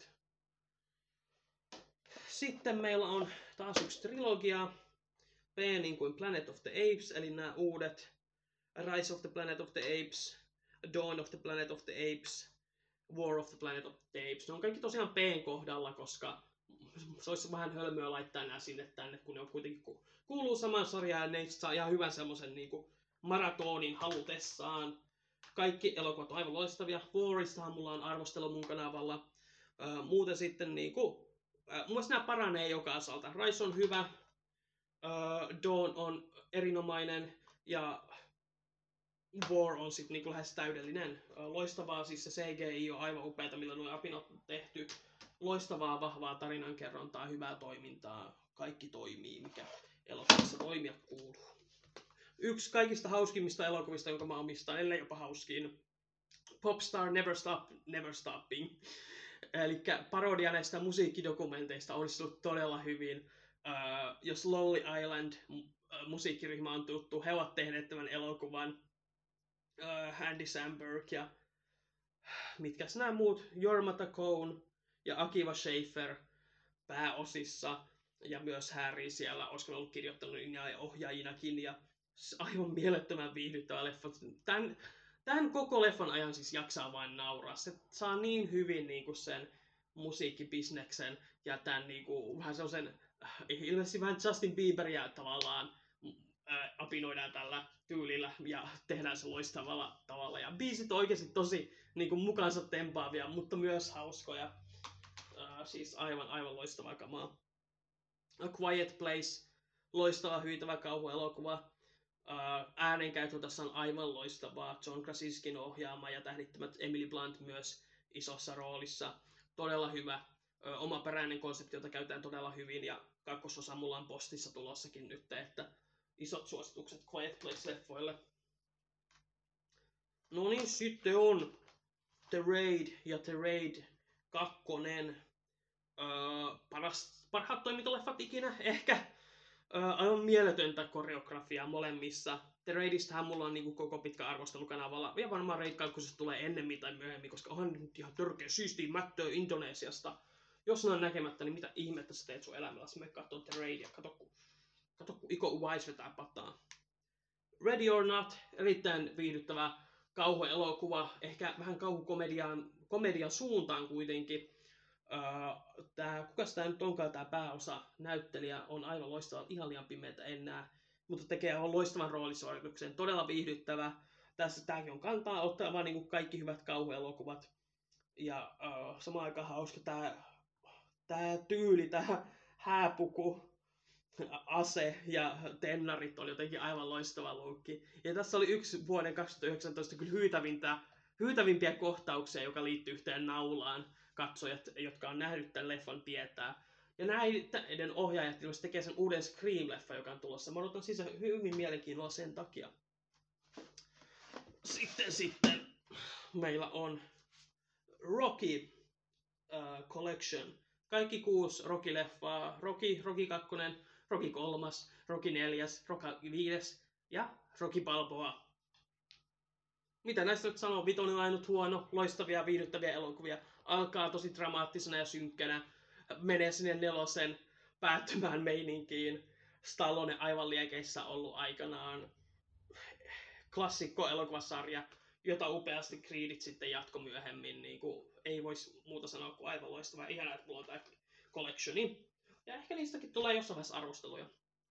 A: Sitten meillä on taas yksi trilogia. P niin kuin Planet of the Apes, eli nämä uudet Rise of the Planet of the Apes, Dawn of the Planet of the Apes, War of the Planet of the Apes. Ne on kaikki tosiaan P:n kohdalla, koska se olisi vähän hölmöä laittaa nämä sinne tänne, kun ne on kuitenkin kuuluu samaan sarjaan ja ne saa ihan hyvän semmoisen niin kuin maratonin halutessaan. Kaikki elokuvat on aivan loistavia. Waristahan mulla on arvostelu mun kanavalla. Muuten sitten niinku, mun mielestä nämä paranee joka osalta. Rise on hyvä, Dawn on erinomainen ja War on sitten niinku lähes täydellinen. Loistavaa, siis se CGI on aivan upeata, millä nuo apinot on tehty. Loistavaa, vahvaa tarinankerrontaa, hyvää toimintaa. Kaikki toimii, mikä elokuvassa toimia kuuluu. Yksi kaikista hauskimmista elokuvista, jonka mä omistan, ellei jopa hauskin. Popstar Never Stop, Never Stopping. Eli parodia näistä musiikkidokumenteista on onnistunut todella hyvin. Jos Lonely Island musiikkiryhmä on tuttu, he ovat tehneet tämän elokuvan. Andy Samberg ja mitkäs nämä muut, Jorma Taccone ja Akiva Schaffer pääosissa. Ja myös Harry siellä, olisiko ollut kirjoittanut ja ohjaajinakin. Ja aivan mielettömän viihdyttävä leffa. Tämän koko leffan ajan siis jaksaa vain nauraa. Se saa niin hyvin niinku sen musiikkibisneksen ja tämän niinku, vähän sellaisen, ilmeisesti vähän Justin Bieberia tavallaan apinoidaan tällä tyylillä ja tehdään se loistavalla tavalla. Ja biisit on oikeasti tosi niin kuin mukaansa tempaavia, mutta myös hauskoja. Siis aivan loistavaa kamaa. A Quiet Place, loistava hyytävä kauhuelokuva. Äänenkäyttö tässä on aivan loistavaa. John Krasinskin ohjaama ja tähdittämät Emily Blunt myös isossa roolissa. Todella hyvä. Omaperäinen konsepti, jota käytetään todella hyvin, ja kakkososa mulla on postissa tulossakin nyt, että isot suositukset Quiet Place-leffoille. No niin, sitten on The Raid ja The Raid 2. Parhaat toimintaleffat ikinä, ehkä. Aivan mieletöntä koreografiaa molemmissa. The Raidistähän mulla on niinku koko pitkä arvostelukanavalla, ja varmaan Raid 2 tulee ennemmin tai myöhemmin, koska onhan nyt ihan törkeä siistiä mättöä Indonesiasta. Jos ne on näkemättä, niin mitä ihmettä sä teet sun elämässä? Me katsoo The Raidia, kato kun Iko Uwais vetää pataa. Ready or Not, erittäin viihdyttävä kauhuelokuva, ehkä vähän kauhukomedian suuntaan kuitenkin. Kukas tää nyt onkaan tää pääosa näyttelijä, on aivan loistava, ihan liian pimeätä enää, mutta tekee aivan loistavan roolisuorituksen, todella viihdyttävä. Tässä tääkin on kantaa ottaa vaan niin kuin kaikki hyvät kauhuelokuvat. Ja samaan aikaan hauska tää tyyli, tää hääpuku, ase ja tennarit oli jotenkin aivan loistava luukki. Ja tässä oli yksi vuoden 2019 kyllä hyytävimpiä kohtauksia, joka liittyy yhteen naulaan. Katsojat, jotka on nähnyt tämän leffan, tietää. Ja näiden ohjaajat ilmeisesti tekee sen uuden Scream-leffa, joka on tulossa. Mä odotan siis hyvin mielenkiinnolla sen takia. Sitten meillä on Rocky Collection. Kaikki 6 Rocky-leffaa. Rocky 2, Rocky 3, Rocky 4, Rocky 5 ja Rocky Balboa. Mitä näistä nyt sanoo? Vitonen on ainut huono, loistavia, viihdyttäviä elokuvia. Alkaa tosi dramaattisena ja synkkänä. Menee sinne 4 päättymään meininkiin. Stallone aivan liekeissä ollut aikanaan. Klassikko elokuvasarja, jota upeasti Creedit sitten jatko myöhemmin. Niin kuin, ei voisi muuta sanoa kuin aivan loistavaa. Ihanaa, että mulla on tämä collectioni. Ja ehkä niistäkin tulee jossain vaiheessa arvosteluja.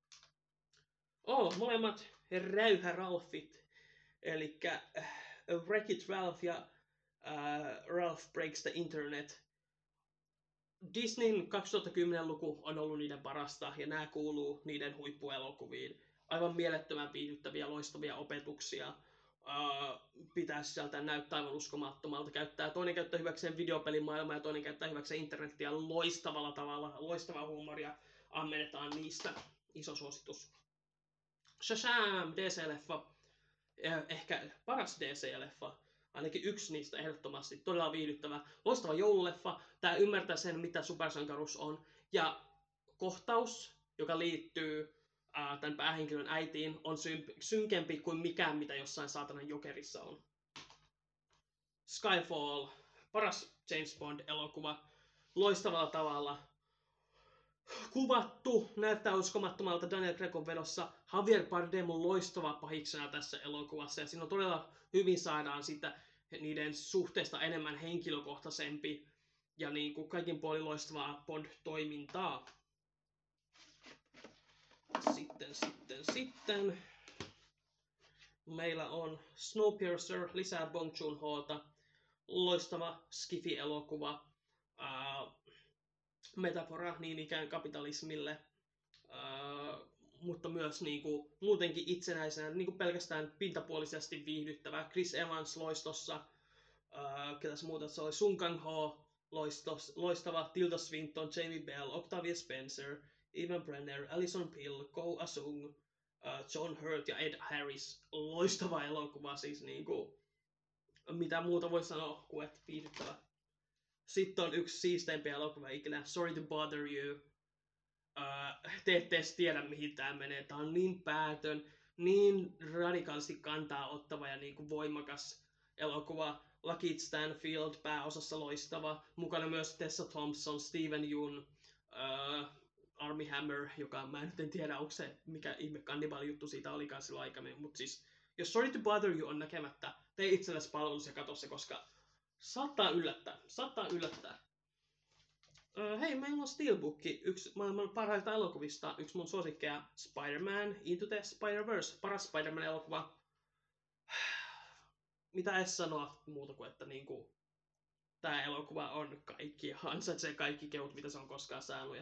A: Molemmat Räyhä Ralphit. Elikkä Wreck-It Ralph ja Ralph Breaks the Internet. Disneyn 2010-luku on ollut niiden parasta, ja nämä kuuluu niiden huippuelokuviin. Aivan mielettömän viihdyttäviä, loistavia opetuksia. Pitää sisältää näyttää aivan uskomattomalta. Toinen käyttää hyväkseen videopelimaailmaa ja toinen käyttää hyväkseen internetiä loistavalla tavalla. Loistavaa huumoria ammennetaan niistä. Iso suositus. Shazam! DC-leffa. Ehkä paras DC-leffa. Ainakin yksi niistä ehdottomasti. Todella viihdyttävä. Loistava joululeffa. Tää ymmärtää sen, mitä supersankaruus on. Ja kohtaus, joka liittyy tämän päähenkilön äitiin, on synkempi kuin mikään, mitä jossain saatanan Jokerissa on. Skyfall. Paras James Bond-elokuva. Loistavalla tavalla kuvattu, näyttää uskomattomalta Daniel Craigin vedossa. Javier Bardem on loistava pahiksena tässä elokuvassa, ja siinä on todella hyvin saadaan sitä niiden suhteesta enemmän henkilökohtaisempi ja niin kuin kaikin puolin loistavaa Bond-toimintaa. Sitten meillä on Snowpiercer, lisää Bong Joon-hoota, loistava skifi-elokuva. Metafora niin ikään kapitalismille, mutta myös niinku, muutenkin itsenäisenä, niinku pelkästään pintapuolisesti viihdyttävä. Chris Evans loistossa, ketäs muuta se oli, Sung Kang-ho loistava, Tilda Swinton, Jamie Bell, Octavia Spencer, Evan Brenner, Alison Pill, Go Asung, John Hurt ja Ed Harris. Loistava elokuva, siis niinku, mitä muuta voi sanoa kuin että viihdyttävä. Sitten on yksi siisteimpiä elokuva ikinä, Sorry to Bother You. Te ette edes tiedä, mihin tää menee. Tää on niin päätön, niin radikaalisti kantaa ottava ja niin kuin voimakas elokuva. Lakeith Stanfield pääosassa loistava. Mukana myös Tessa Thompson, Steven Yeun, Armie Hammer, joka mä en tiedä, onko se mikä ihme kannibaalijuttu siitä olikaan silloin aikaisemmin. Mutta siis, jos Sorry to Bother You on näkemättä, tee itsellesi palvelus ja katso se, koska saattaa yllättää. Hei, meillä on Steelbook, yksi maailman parhaista elokuvista, yksi mun suosikkeja, Spider-Man Into the Spider-Verse, paras Spider-Man-elokuva. Mitä edes sanoa muuta kuin, että niinku, tää elokuva on kaikki, ansaitsee kaikki kehut, mitä se on koskaan saanut. Ja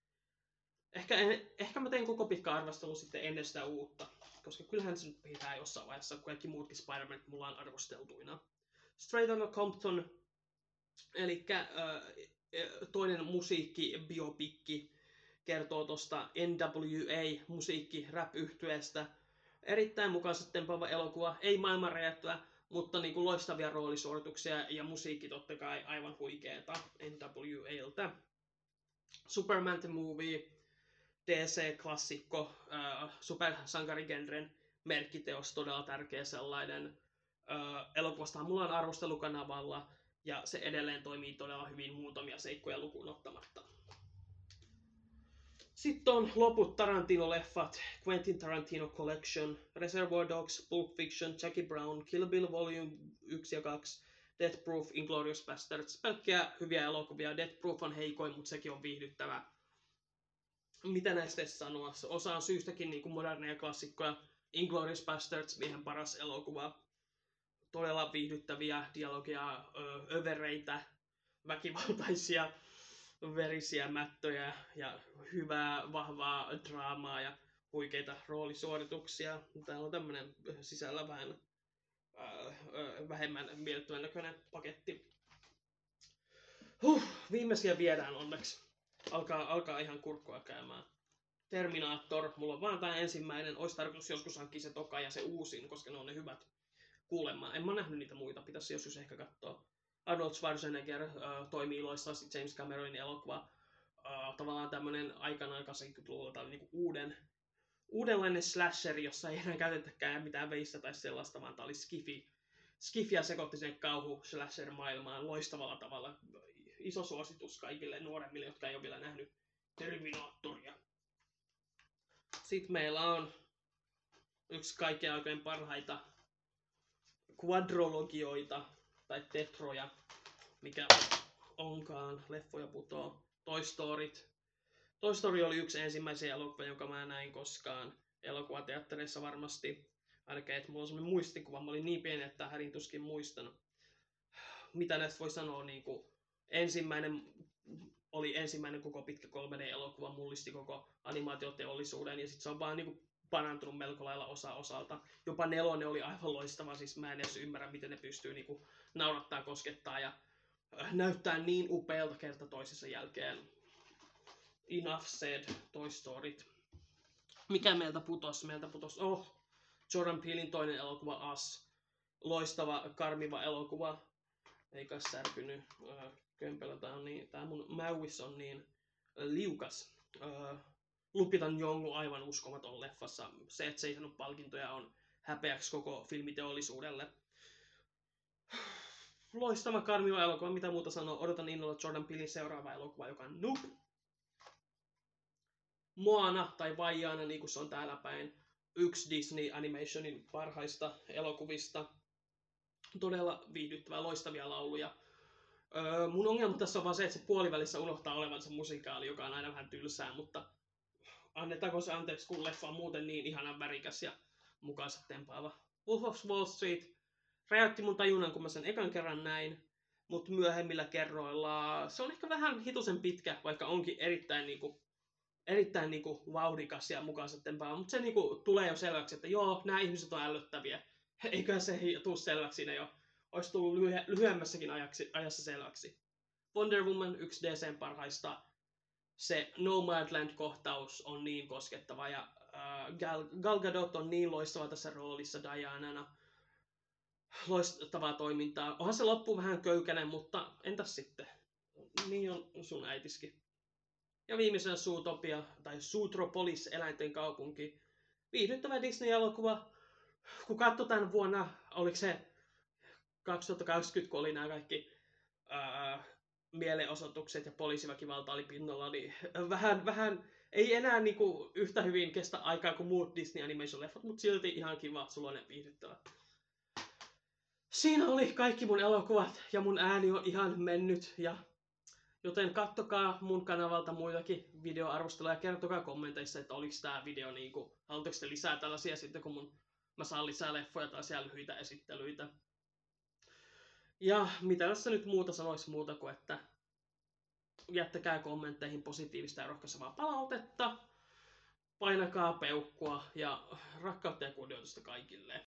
A: ehkä mä tein koko pitkä arvostelu sitten ennen sitä uutta, koska kyllähän se nyt pitää jossain vaiheessa, kun kaikki muutkin Spider-Manit mulla on arvosteltuina. Straight Outta Compton, eli toinen musiikkibiopikki, kertoo tosta NWA-musiikki-rap-yhtyeestä. Erittäin mukaansa tempaava elokuva, ei maailman räjähtyä, mutta niin kuin loistavia roolisuorituksia ja musiikki totta kai aivan huikeeta NWAlta. Superman the Movie, DC-klassikko, supersankarigenren merkkiteos, todella tärkeä sellainen. Elokuvasta mulla on arvostelukanavalla ja se edelleen toimii todella hyvin muutamia seikkoja lukuun ottamatta. Sitten on loput Tarantino-leffat, Quentin Tarantino Collection, Reservoir Dogs, Pulp Fiction, Jackie Brown, Kill Bill Volume 1 ja 2, Death Proof, Inglourious Basterds. Pelkkiä hyviä elokuvia. Death Proof on heikoin, mutta sekin on viihdyttävä. Mitä näistä edes sanoa? Osa on syystäkin niin kuin moderneja klassikkoja. Inglourious Basterds, miehen paras elokuva. Todella viihdyttäviä dialogia, övereitä, väkivaltaisia, verisiä mättöjä ja hyvää, vahvaa draamaa ja huikeita roolisuorituksia. Täällä on tämmönen sisällä vähän vähemmän miellyttävän näköinen paketti. Viimeisiä viedään onneksi. Alkaa ihan kurkkua käymään. Terminator, mulla on vaan tää ensimmäinen. Ois tarkoitus joskus hankkia se toka ja se uusin, koska ne on ne hyvät kuulemma. En mä nähnyt niitä muita, pitäisi joskus ehkä katsoa. Arnold Schwarzenegger toimii loistavasti James Cameronin elokuva. Tavallaan tämmönen aikanaan 80-luvulla tai niinku uudenlainen slasher, jossa ei enää käytetäkään mitään veistä tai sellaista, vaan tää oli skifiä sekoitti sen kauhu slasher-maailmaan loistavalla tavalla. Iso suositus kaikille nuoremmille, jotka ei ole vielä nähnyt Terminatoria. Sitten meillä on yksi kaikkien aikojen parhaita quadrologioita tai tetroja, mikä onkaan, leffoja putoo. Toy Storyt. Toy Story oli yksi ensimmäisiä elokuvia, jonka mä näin koskaan elokuvateattereissa varmasti. Ainakin, että mulla on semmoinen muistikuva, mä olin niin pieni, että hädin tuskin muistanut. Mitä näistä voi sanoa, niin kuin ensimmäinen koko pitkä 3D-elokuva, mullisti koko animaatioteollisuuden ja sitten se on vaan niin kuin parantunut melko lailla osalta. Jopa 4 oli aivan loistava, siis mä en edes ymmärrä, miten ne pystyy niin kuin naurattaa, koskettaa ja näyttää niin upealta kerta toisensa jälkeen. Enough said, Toy Storyt. Mikä meiltä putosi? Jordan Peelin toinen elokuva Us. Loistava, karmiva elokuva. Eikä särkynyt kömpelö. Tää mun mäuis on niin liukas. Lupita Nyong'o aivan uskomaton leffassa. Se, että se ei saanut palkintoja, on häpeäksi koko filmiteollisuudelle. Loistava, karmiva elokuva. Mitä muuta sanoo? Odotan innolla Jordan Peelin seuraava elokuva, joka on Nope. Moana tai Vaiaana, niin kuin se on täällä päin. Yksi Disney Animationin parhaista elokuvista. Todella viihdyttävää, loistavia lauluja. Mun ongelma tässä on vaan se, että se puolivälissä unohtaa olevansa musikaali, joka on aina vähän tylsää, mutta annetaanko se anteeksi, kun leffa on muuten niin ihanan värikäs ja mukaansa tempaava. Wolf of Wall Street räjäytti mun tajunnan, kun mä sen ekan kerran näin, mutta myöhemmillä kerroilla se on ehkä vähän hitusen pitkä, vaikka onkin erittäin vauhdikas ja mukaansa tempaava, mutta se tulee jo selväksi, että joo, nämä ihmiset on ällöttäviä. Eiköhän se tule selväksi siinä jo. Olisi tullut lyhyemmässäkin ajassa selväksi. Wonder Woman, yksi DC:n parhaista. Se Nomadland-kohtaus on niin koskettava ja Gal Gadot on niin loistava tässä roolissa Dianana. Loistavaa toimintaa. Onhan se loppu vähän köykäinen, mutta entäs sitten? Niin on sun äitiskin. Ja viimeisenä Zootopia tai Zootropolis, eläinten kaupunki. Viihdyttävä Disney-elokuva. Kun katsoi tämän vuonna, oliko se 2020, kun oli nämä kaikki mielenosoitukset ja poliisiväkivalta oli pinnalla, niin vähän ei enää yhtä hyvin kestä aikaa kuin muut Disney Animation-leffat, mutta silti ihan kiva, suloinen, viihdyttävä. Siinä oli kaikki mun elokuvat ja mun ääni on ihan mennyt ja Joten kattokaa mun kanavalta muitakin videoarvosteluja ja kertokaa kommenteissa, että oliko tää video niinku, haluatteko te lisää tällaisia sitten, kun mä saan lisää leffoja tai siellä lyhyitä esittelyitä. Ja mitä tässä nyt muuta sanoisi muuta kuin, että jättäkää kommentteihin positiivista ja rohkaisevaa palautetta, painakaa peukkua ja rakkautta ja kunnioitusta kaikille.